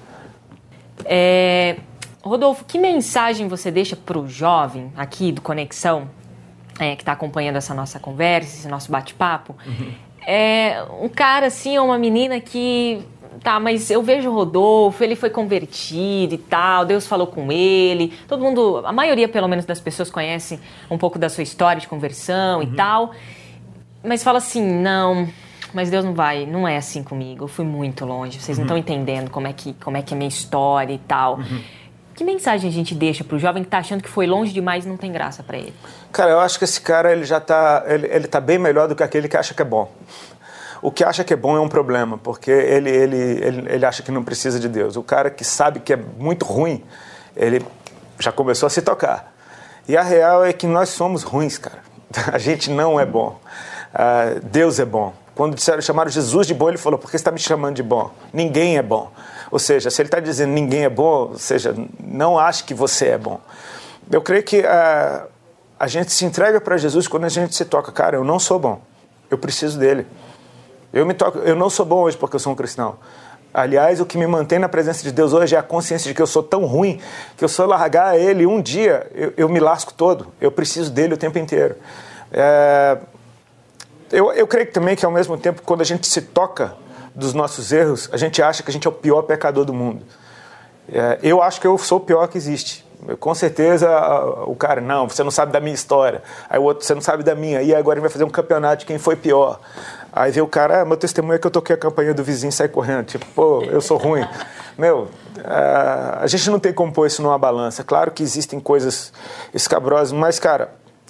Rodolfo, que mensagem você deixa para o jovem aqui do Conexão, que está acompanhando essa nossa conversa, esse nosso bate-papo? Um cara assim, ou uma menina que tá, mas eu vejo o Rodolfo, ele foi convertido e tal, Deus falou com ele, todo mundo, a maioria pelo menos das pessoas conhece um pouco da sua história de conversão e tal, mas fala assim, não, mas Deus não é assim comigo, eu fui muito longe, vocês não estão entendendo como é que é a minha história e tal. Que mensagem a gente deixa pro jovem que tá achando que foi longe demais e não tem graça pra ele? Cara, eu acho que esse cara, ele tá bem melhor do que aquele que acha que é bom. O que acha que é bom é um problema, porque ele acha que não precisa de Deus. O cara que sabe que é muito ruim, ele já começou a se tocar. E a real é que nós somos ruins, cara. A gente não é bom. Deus é bom. Quando chamaram Jesus de bom, ele falou, por que você está me chamando de bom? Ninguém é bom. Ou seja, se ele está dizendo ninguém é bom, ou seja, não ache que você é bom. Eu creio que a gente se entrega para Jesus quando a gente se toca. Cara, eu não sou bom. Eu preciso dele. Eu não sou bom hoje porque eu sou um cristão. Aliás, o que me mantém na presença de Deus hoje é a consciência de que eu sou tão ruim que eu, se eu largar ele um dia, eu me lasco todo. Eu preciso dele o tempo inteiro. Eu creio também que, ao mesmo tempo, quando a gente se toca dos nossos erros, a gente acha que a gente é o pior pecador do mundo. Eu acho que eu sou o pior que existe. Com certeza, o cara, não, você não sabe da minha história. Aí o outro, você não sabe da minha. E agora a gente vai fazer um campeonato de quem foi pior. Aí vê o cara, meu testemunho é que eu toquei a campainha do vizinho e saí correndo. Tipo, pô, eu sou ruim. A gente não tem como pôr isso numa balança. Claro que existem coisas escabrosas, mas, cara,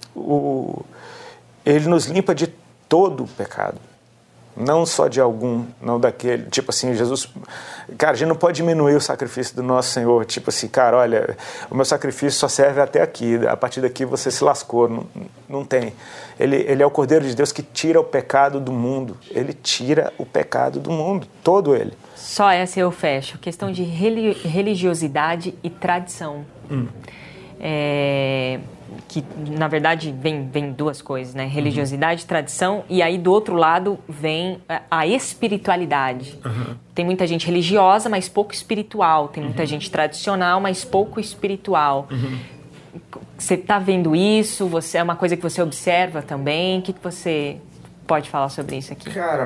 ele nos limpa de todo o pecado. Não só de algum, não daquele. Tipo assim, Jesus... Cara, a gente não pode diminuir o sacrifício do nosso Senhor. Tipo assim, cara, olha, o meu sacrifício só serve até aqui. A partir daqui você se lascou. Não tem. Ele é o Cordeiro de Deus que tira o pecado do mundo. Ele tira o pecado do mundo. Todo ele. Só essa eu fecho. Questão de religiosidade e tradição. Que, na verdade, vem duas coisas, né? Religiosidade, tradição, e aí, do outro lado, vem a espiritualidade. Tem muita gente religiosa, mas pouco espiritual. Tem muita gente tradicional, mas pouco espiritual. Você está vendo isso? É uma coisa que você observa também? O que você pode falar sobre isso aqui? Cara,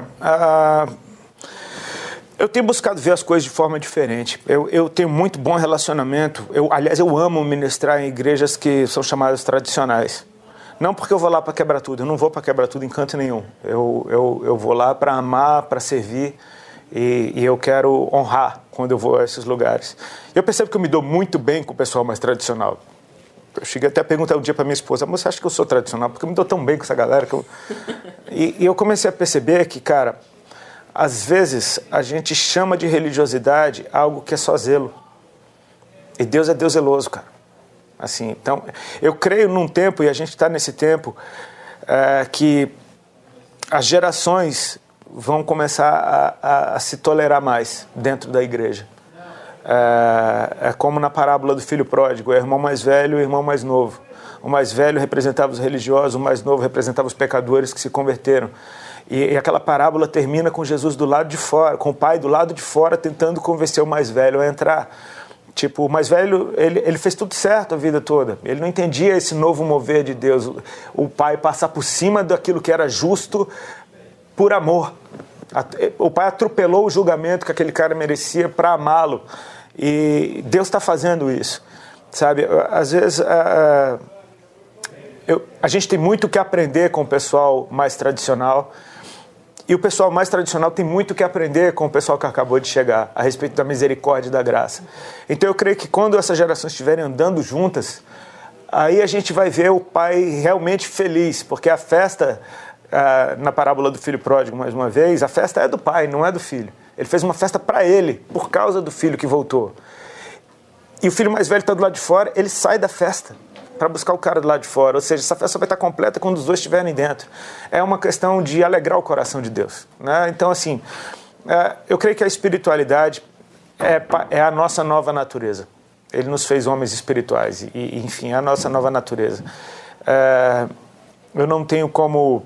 eu tenho buscado ver as coisas de forma diferente. Eu tenho muito bom relacionamento. Aliás, eu amo ministrar em igrejas que são chamadas tradicionais. Não porque eu vou lá para quebrar tudo. Eu não vou para quebrar tudo em canto nenhum. Eu vou lá para amar, para servir. E eu quero honrar quando eu vou a esses lugares. Eu percebo que eu me dou muito bem com o pessoal mais tradicional. Eu cheguei até a perguntar um dia para minha esposa, você acha que eu sou tradicional? Porque eu me dou tão bem com essa galera. E eu comecei a perceber que, cara... Às vezes, a gente chama de religiosidade algo que é só zelo. E Deus é Deus zeloso, cara. Assim, então, eu creio num tempo, e a gente está nesse tempo, que as gerações vão começar a se tolerar mais dentro da igreja. É como na parábola do filho pródigo, é o irmão mais velho e o irmão mais novo. O mais velho representava os religiosos, o mais novo representava os pecadores que se converteram. E aquela parábola termina com Jesus do lado de fora, com o pai do lado de fora tentando convencer o mais velho a entrar. Tipo, o mais velho, ele fez tudo certo a vida toda. Ele não entendia esse novo mover de Deus. O pai passar por cima daquilo que era justo por amor. O pai atropelou o julgamento que aquele cara merecia para amá-lo. E Deus está fazendo isso. Sabe, às vezes... a gente tem muito que aprender com o pessoal mais tradicional. E o pessoal mais tradicional tem muito que aprender com o pessoal que acabou de chegar, a respeito da misericórdia e da graça. Então eu creio que quando essas gerações estiverem andando juntas, aí a gente vai ver o pai realmente feliz, porque a festa, na parábola do filho pródigo, mais uma vez, a festa é do pai, não é do filho. Ele fez uma festa para ele, por causa do filho que voltou. E o filho mais velho está do lado de fora, ele sai da festa para buscar o cara do lado de fora. Ou seja, essa festa vai estar completa quando os dois estiverem dentro. É uma questão de alegrar o coração de Deus, né? Então, assim, eu creio que a espiritualidade é a nossa nova natureza. Ele nos fez homens espirituais e enfim, é a nossa nova natureza. Eu não tenho como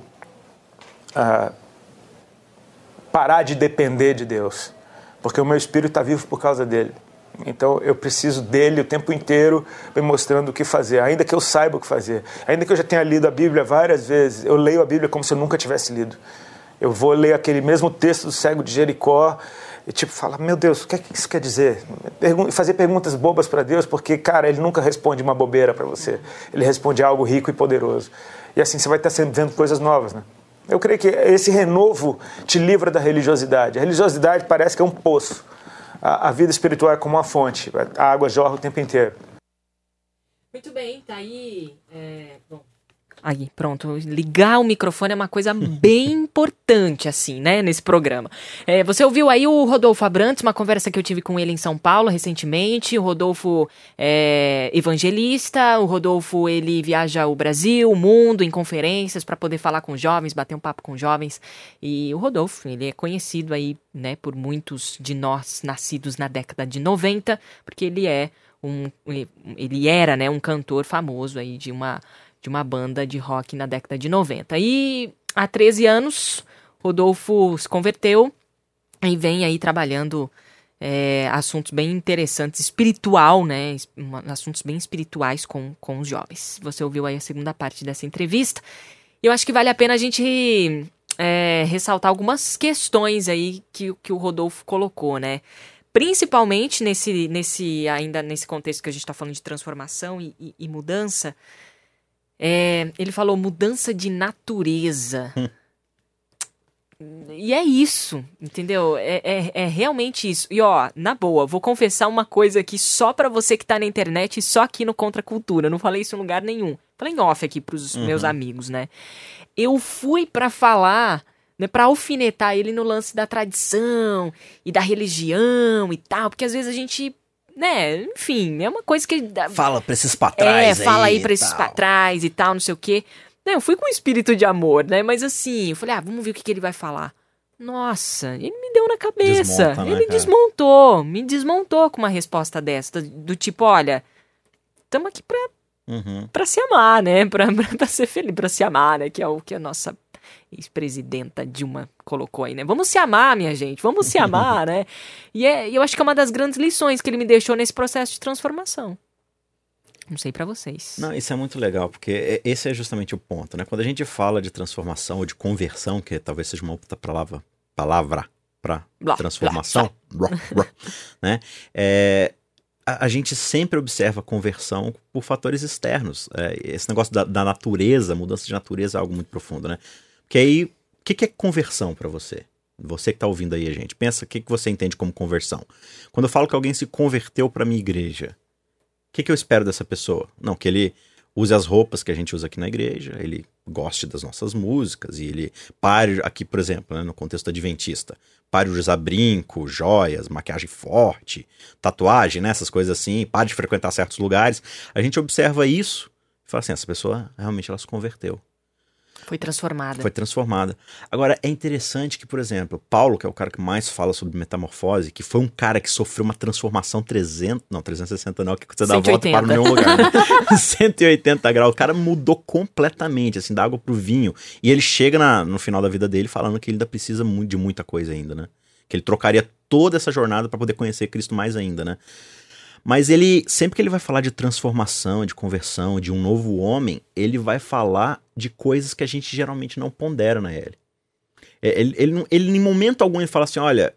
parar de depender de Deus, porque o meu espírito está vivo por causa dele. Então eu preciso dele o tempo inteiro me mostrando o que fazer, ainda que eu saiba o que fazer, ainda que eu já tenha lido a Bíblia várias vezes, eu leio a Bíblia como se eu nunca tivesse lido. Eu vou ler aquele mesmo texto do cego de Jericó e tipo, falar, meu Deus, o que é que isso quer dizer? Fazer perguntas bobas para Deus, porque, cara, Ele nunca responde uma bobeira para você. Ele responde algo rico e poderoso. E assim você vai estar sempre vendo coisas novas, né? Eu creio que esse renovo te livra da religiosidade. A religiosidade parece que é um poço. A vida espiritual é como uma fonte. A água jorra o tempo inteiro. Muito bem, tá aí. Bom. Aí, pronto. Ligar o microfone é uma coisa bem importante, assim, né, nesse programa. Você ouviu aí o Rodolfo Abrantes, uma conversa que eu tive com ele em São Paulo recentemente. O Rodolfo é evangelista, o Rodolfo, ele viaja o Brasil, o mundo, em conferências, para poder falar com jovens, bater um papo com jovens. E o Rodolfo, ele é conhecido aí, né, por muitos de nós nascidos na década de 90, porque ele era, né, um cantor famoso aí de uma banda de rock na década de 90. E há 13 anos, Rodolfo se converteu e vem aí trabalhando assuntos bem interessantes, espiritual, né? Assuntos bem espirituais com os jovens. Você ouviu aí a segunda parte dessa entrevista. Eu acho que vale a pena a gente ressaltar algumas questões aí que o Rodolfo colocou, né? Principalmente ainda nesse contexto que a gente está falando de transformação e mudança. Ele falou mudança de natureza. E é isso, entendeu? É realmente isso. E ó, na boa, vou confessar uma coisa aqui só pra você que tá na internet e só aqui no Contra a Cultura. Não falei isso em lugar nenhum. Falei em off aqui pros meus amigos, né? Eu fui pra falar, né, pra alfinetar ele no lance da tradição e da religião e tal, porque às vezes a gente... né, enfim, é uma coisa que... Fala pra esses pra trás fala aí pra esses pra trás e tal, não sei o quê. Eu fui com espírito de amor, né, mas assim, eu falei, vamos ver o que ele vai falar. Nossa, ele me deu na cabeça. Desmonta, né, ele me desmontou com uma resposta dessa, do tipo, olha, estamos aqui pra se amar, né, pra ser feliz, pra se amar, né, que é o que a nossa... ex-presidenta Dilma colocou aí, né? Vamos se amar, minha gente, vamos se amar, né? E eu acho que é uma das grandes lições que ele me deixou nesse processo de transformação. Não sei pra vocês. Não, isso é muito legal, porque esse é justamente o ponto, né? Quando a gente fala de transformação ou de conversão, que talvez seja uma outra palavra para transformação, né? A gente sempre observa a conversão por fatores externos. Esse negócio da natureza, mudança de natureza é algo muito profundo, né? Porque aí, o que é conversão para você? Você que está ouvindo aí a gente, pensa o que você entende como conversão. Quando eu falo que alguém se converteu para a minha igreja, o que eu espero dessa pessoa? Não, que ele use as roupas que a gente usa aqui na igreja, ele goste das nossas músicas e ele pare, aqui por exemplo, né, no contexto adventista, pare de usar brinco, joias, maquiagem forte, tatuagem, né, essas coisas assim, pare de frequentar certos lugares. A gente observa isso e fala assim, essa pessoa realmente ela se converteu. Foi transformada. Foi transformada. Agora, é interessante que, por exemplo, Paulo, que é o cara que mais fala sobre metamorfose, que foi um cara que sofreu uma transformação 360 não, que você dá a volta para o mesmo lugar, né? 180 graus. O cara mudou completamente, assim, da água pro vinho. E ele chega no final da vida dele falando que ele ainda precisa de muita coisa ainda, né? Que ele trocaria toda essa jornada para poder conhecer Cristo mais ainda, né? Mas ele, sempre que ele vai falar de transformação, de conversão, de um novo homem, ele vai falar de coisas que a gente geralmente não pondera na ele. Ele em momento algum ele fala assim, olha,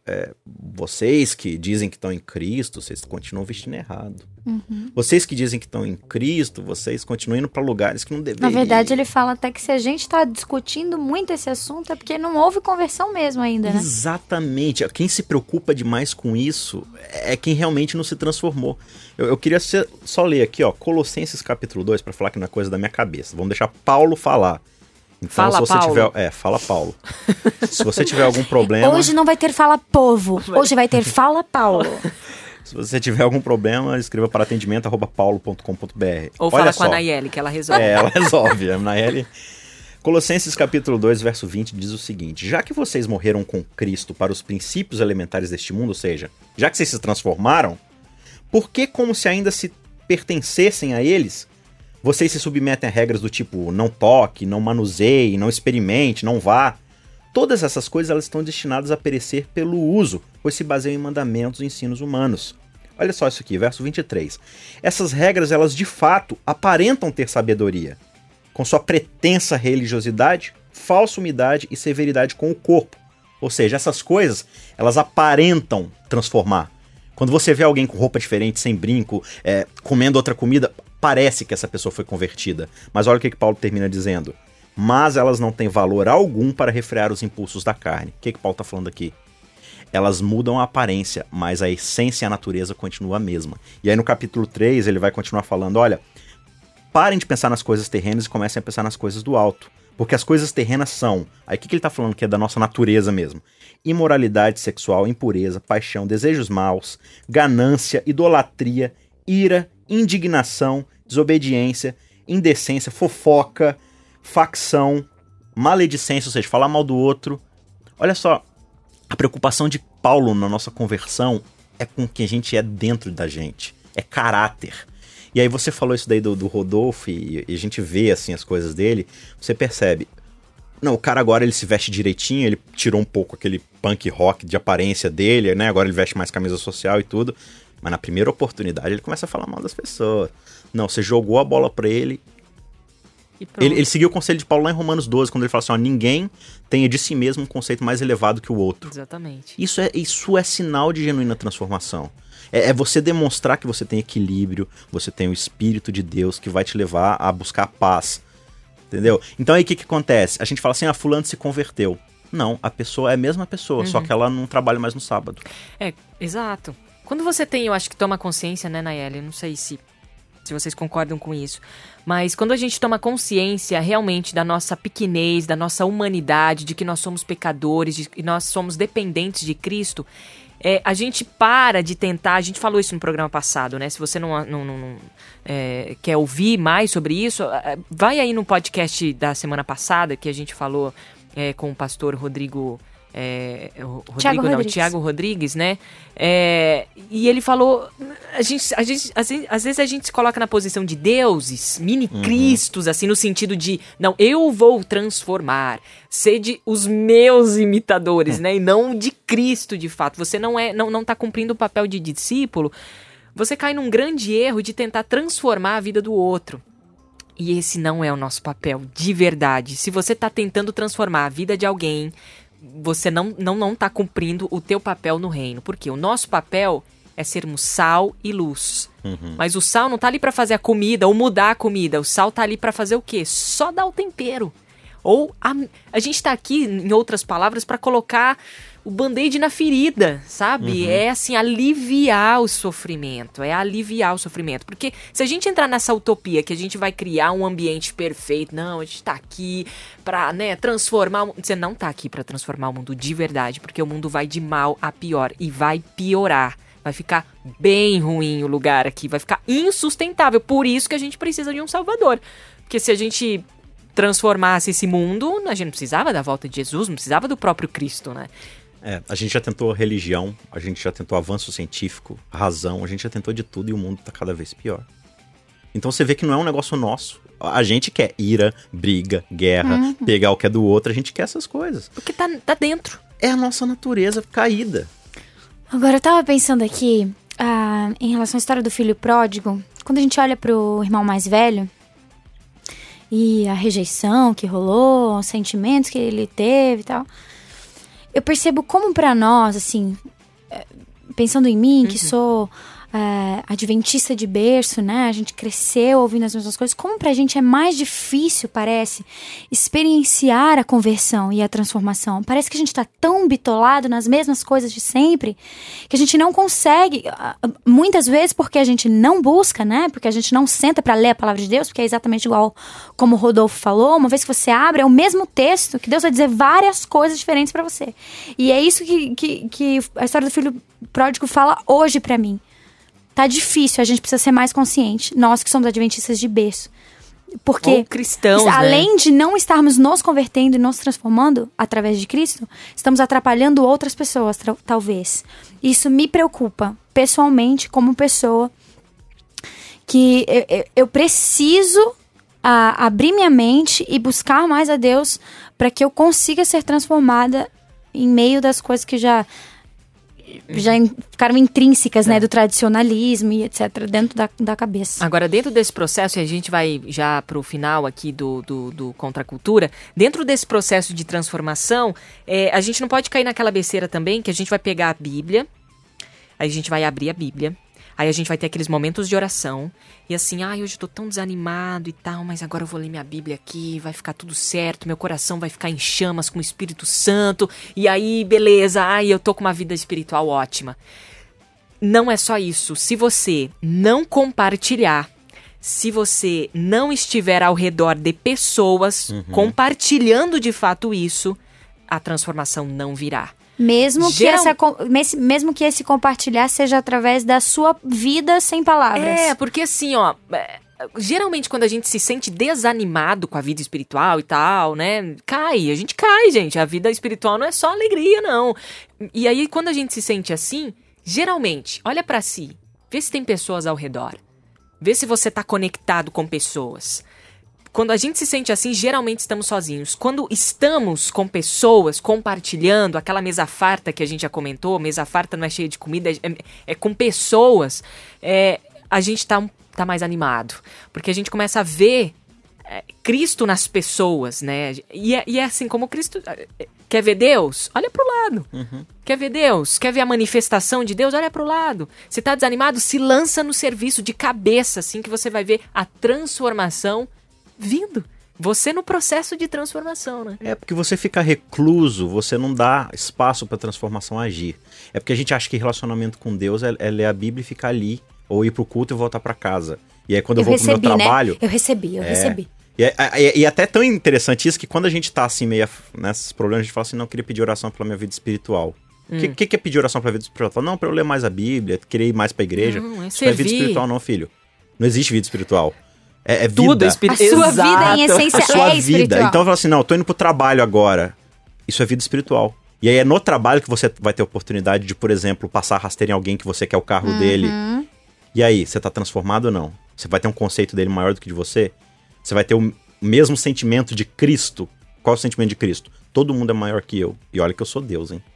vocês que dizem que estão em Cristo, vocês continuam vestindo errado. Uhum. Vocês que dizem que estão em Cristo, vocês continuam indo para lugares que não deveriam. Na verdade, ele fala até que se a gente está discutindo muito esse assunto é porque não houve conversão mesmo ainda, né? Exatamente. Quem se preocupa demais com isso é quem realmente não se transformou. Eu queria só ler aqui, ó, Colossenses capítulo 2, para falar que não é coisa da minha cabeça. Vamos deixar Paulo falar. Então, fala, se você Paulo. fala Paulo. Se você tiver algum problema... Hoje não vai ter fala povo, hoje vai ter fala Paulo. Se você tiver algum problema, escreva para atendimento@paulo.com.br. Ou fala com a Nayeli, que ela resolve. Ela resolve. A Nayeli... Colossenses capítulo 2, verso 20 diz o seguinte: já que vocês morreram com Cristo para os princípios elementares deste mundo, ou seja, já que vocês se transformaram, por que, como se ainda se pertencessem a eles, vocês se submetem a regras do tipo não toque, não manuseie, não experimente, não vá? Todas essas coisas elas estão destinadas a perecer pelo uso, pois se baseiam em mandamentos e ensinos humanos. Olha só isso aqui, verso 23. Essas regras, elas de fato aparentam ter sabedoria. Com sua pretensa religiosidade, falsa humildade e severidade com o corpo. Ou seja, essas coisas, elas aparentam transformar. Quando você vê alguém com roupa diferente, sem brinco, comendo outra comida, parece que essa pessoa foi convertida. Mas olha o que Paulo termina dizendo. Mas elas não têm valor algum para refrear os impulsos da carne. O que Paulo está falando aqui? Elas mudam a aparência, mas a essência e a natureza continua a mesma. E aí no capítulo 3 ele vai continuar falando, olha, parem de pensar nas coisas terrenas e comecem a pensar nas coisas do alto. Porque as coisas terrenas são... Aí o que ele está falando que é da nossa natureza mesmo? Imoralidade sexual, impureza, paixão, desejos maus, ganância, idolatria, ira, indignação, desobediência, indecência, fofoca, facção, maledicência, ou seja, falar mal do outro. Olha só, a preocupação de Paulo na nossa conversão é com o que a gente é dentro da gente. É caráter. E aí você falou isso daí do Rodolfo e a gente vê assim as coisas dele, você percebe, não, o cara agora ele se veste direitinho, ele tirou um pouco aquele punk rock de aparência dele, né, agora ele veste mais camisa social e tudo, mas na primeira oportunidade ele começa a falar mal das pessoas. Não, você jogou a bola pra ele. Ele seguiu o conselho de Paulo lá em Romanos 12, quando ele fala assim, ó, ninguém tenha de si mesmo um conceito mais elevado que o outro. Exatamente. Isso é sinal de genuína transformação. É você demonstrar que você tem equilíbrio, você tem o Espírito de Deus que vai te levar a buscar a paz. Entendeu? Então aí o que acontece? A gente fala assim, fulano se converteu. Não, a pessoa é a mesma pessoa, só que ela não trabalha mais no sábado. Exato. Quando você tem, eu acho que toma consciência, né, Nayeli? Não sei se vocês concordam com isso. Mas quando a gente toma consciência realmente da nossa pequenez, da nossa humanidade, de que nós somos pecadores, de que nós somos dependentes de Cristo, a gente para de tentar, a gente falou isso no programa passado, né? Se você não quer ouvir mais sobre isso, vai aí no podcast da semana passada, que a gente falou com o pastor Rodrigo... Tiago Rodrigues, né? E ele falou, às vezes a gente se coloca na posição de deuses, mini-cristos, assim, no sentido de, não, eu vou transformar, sede os meus imitadores, né? E não de Cristo, de fato. Você não tá cumprindo o papel de discípulo, você cai num grande erro de tentar transformar a vida do outro. E esse não é o nosso papel, de verdade. Se você tá tentando transformar a vida de alguém, você não tá cumprindo o teu papel no reino. Porque o nosso papel é sermos sal e luz. Mas o sal não tá ali pra fazer a comida ou mudar a comida. O sal tá ali pra fazer o quê? Só dar o tempero. Ou a gente tá aqui, em outras palavras, pra colocar o band-aid na ferida, sabe? É assim, aliviar o sofrimento. Porque se a gente entrar nessa utopia que a gente vai criar um ambiente perfeito, não, a gente tá aqui pra, né, transformar... Você não tá aqui pra transformar o mundo de verdade, porque o mundo vai de mal a pior e vai piorar. Vai ficar bem ruim o lugar aqui, vai ficar insustentável. Por isso que a gente precisa de um salvador. Porque se a gente transformasse esse mundo, a gente não precisava da volta de Jesus, não precisava do próprio Cristo, né? A gente já tentou religião, a gente já tentou avanço científico, razão, a gente já tentou de tudo e o mundo tá cada vez pior. Então você vê que não é um negócio nosso. A gente quer ira, briga, guerra, pegar o que é do outro, a gente quer essas coisas. Porque tá dentro. É a nossa natureza caída. Agora eu tava pensando aqui, em relação à história do filho pródigo, quando a gente olha pro irmão mais velho, e a rejeição que rolou, os sentimentos que ele teve e tal... Eu percebo como pra nós, assim, pensando em mim, que sou adventista de berço, né? A gente cresceu ouvindo as mesmas coisas. Como pra gente é mais difícil, parece, experienciar a conversão e a transformação. Parece que a gente tá tão bitolado nas mesmas coisas de sempre que a gente não consegue, muitas vezes porque a gente não busca, né? Porque a gente não senta pra ler a palavra de Deus, porque é exatamente igual como o Rodolfo falou. Uma vez que você abre, é o mesmo texto que Deus vai dizer várias coisas diferentes pra você. E é isso que a história do filho pródigo fala hoje pra mim. Tá difícil, a gente precisa ser mais consciente. Nós que somos adventistas de berço. Porque, ou cristãos, além de não estarmos nos convertendo e nos transformando através de Cristo, estamos atrapalhando outras pessoas, talvez. Isso me preocupa, pessoalmente, como pessoa, que eu preciso abrir minha mente e buscar mais a Deus para que eu consiga ser transformada em meio das coisas que já ficaram intrínsecas, né, do tradicionalismo e etc, dentro da cabeça. Agora, dentro desse processo, e a gente vai já pro final aqui do Contra a Cultura, dentro desse processo de transformação, a gente não pode cair naquela besteira também, que a gente vai pegar a Bíblia, aí a gente vai abrir a Bíblia, aí a gente vai ter aqueles momentos de oração, e assim, hoje eu tô tão desanimado e tal, mas agora eu vou ler minha Bíblia aqui, vai ficar tudo certo, meu coração vai ficar em chamas com o Espírito Santo, e aí, beleza, eu tô com uma vida espiritual ótima. Não é só isso. Se você não compartilhar, se você não estiver ao redor de pessoas compartilhando de fato isso, a transformação não virá. Mesmo que esse compartilhar seja através da sua vida sem palavras. Porque assim, geralmente quando a gente se sente desanimado com a vida espiritual e tal, né, a gente cai, gente. A vida espiritual não é só alegria, não. E aí, quando a gente se sente assim, geralmente, olha pra si, vê se tem pessoas ao redor. Vê se você tá conectado com pessoas. Quando a gente se sente assim, geralmente estamos sozinhos. Quando estamos com pessoas compartilhando, aquela mesa farta que a gente já comentou, mesa farta não é cheia de comida, é com pessoas, a gente tá mais animado. Porque a gente começa a ver Cristo nas pessoas, né? E é assim, como Cristo... Quer ver Deus? Olha pro lado. Quer ver Deus? Quer ver a manifestação de Deus? Olha pro lado. Se tá desanimado, se lança no serviço de cabeça, assim, que você vai ver a transformação vindo. Você no processo de transformação, né? Porque você fica recluso, você não dá espaço pra transformação agir. É porque a gente acha que relacionamento com Deus é ler a Bíblia e ficar ali, ou ir pro culto e voltar pra casa. E aí quando eu vou pro meu trabalho... Né? Eu recebi. E até tão interessante isso que quando a gente tá assim meio nesses problemas, a gente fala assim, não, eu queria pedir oração pela minha vida espiritual. O que é pedir oração pela vida espiritual? Não, pra eu ler mais a Bíblia, querer ir mais pra igreja. Isso não é vida espiritual não, filho. Não existe vida espiritual. É vida. Tudo a sua vida, em essência, é espiritual. Então eu falo assim, não, eu tô indo pro trabalho agora. Isso é vida espiritual. E aí é no trabalho que você vai ter oportunidade de, por exemplo, passar a rasteira em alguém que você quer o carro dele. E aí, você tá transformado ou não? Você vai ter um conceito dele maior do que de você? Você vai ter o mesmo sentimento de Cristo? Qual é o sentimento de Cristo? Todo mundo é maior que eu. E olha que eu sou Deus, hein?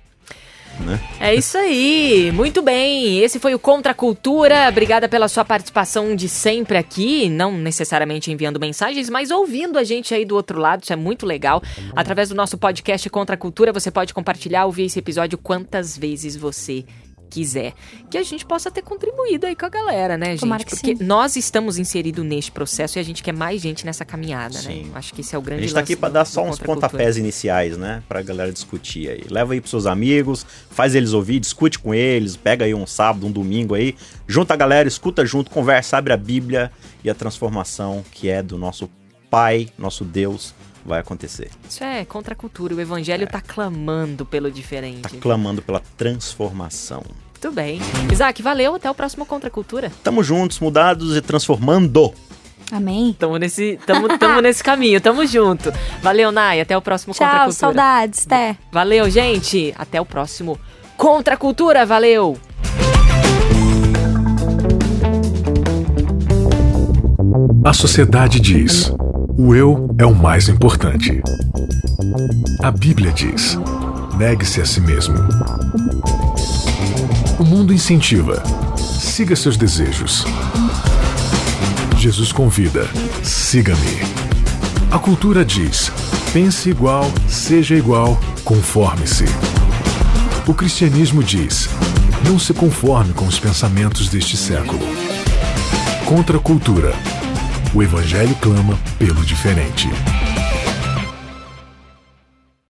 Né? É isso aí, muito bem, esse foi o Contra a Cultura, obrigada pela sua participação de sempre aqui, não necessariamente enviando mensagens, mas ouvindo a gente aí do outro lado, isso é muito legal, através do nosso podcast Contra a Cultura, você pode compartilhar, ouvir esse episódio quantas vezes você quiser, que a gente possa ter contribuído aí com a galera, né, gente? Tomara que porque sim. Nós estamos inseridos neste processo e a gente quer mais gente nessa caminhada, Sim. né? Acho que esse é o grande A gente tá aqui pra dar só uns pontapés iniciais, né? Pra galera discutir aí. Leva aí pros seus amigos, faz eles ouvir, discute com eles, pega aí um sábado, um domingo aí, junta a galera, escuta junto, conversa, abre a Bíblia e a transformação que é do nosso Pai, nosso Deus, vai acontecer. Isso é contra a cultura, o evangelho tá clamando pelo diferente. Tá clamando pela transformação. Muito bem. Isaac, valeu, até o próximo Contra a Cultura. Tamo juntos, mudados e transformando. Amém. Tamo nesse caminho, tamo junto. Valeu, Nai, até o próximo Contra a Cultura. Tchau, saudades, até. Valeu, gente, até o próximo Contra a Cultura, valeu. A sociedade diz: o eu é o mais importante. A Bíblia diz: negue-se a si mesmo. O mundo incentiva: siga seus desejos. Jesus convida: siga-me. A cultura diz: pense igual, seja igual, conforme-se. O cristianismo diz: não se conforme com os pensamentos deste século. Contra a cultura. O evangelho clama pelo diferente.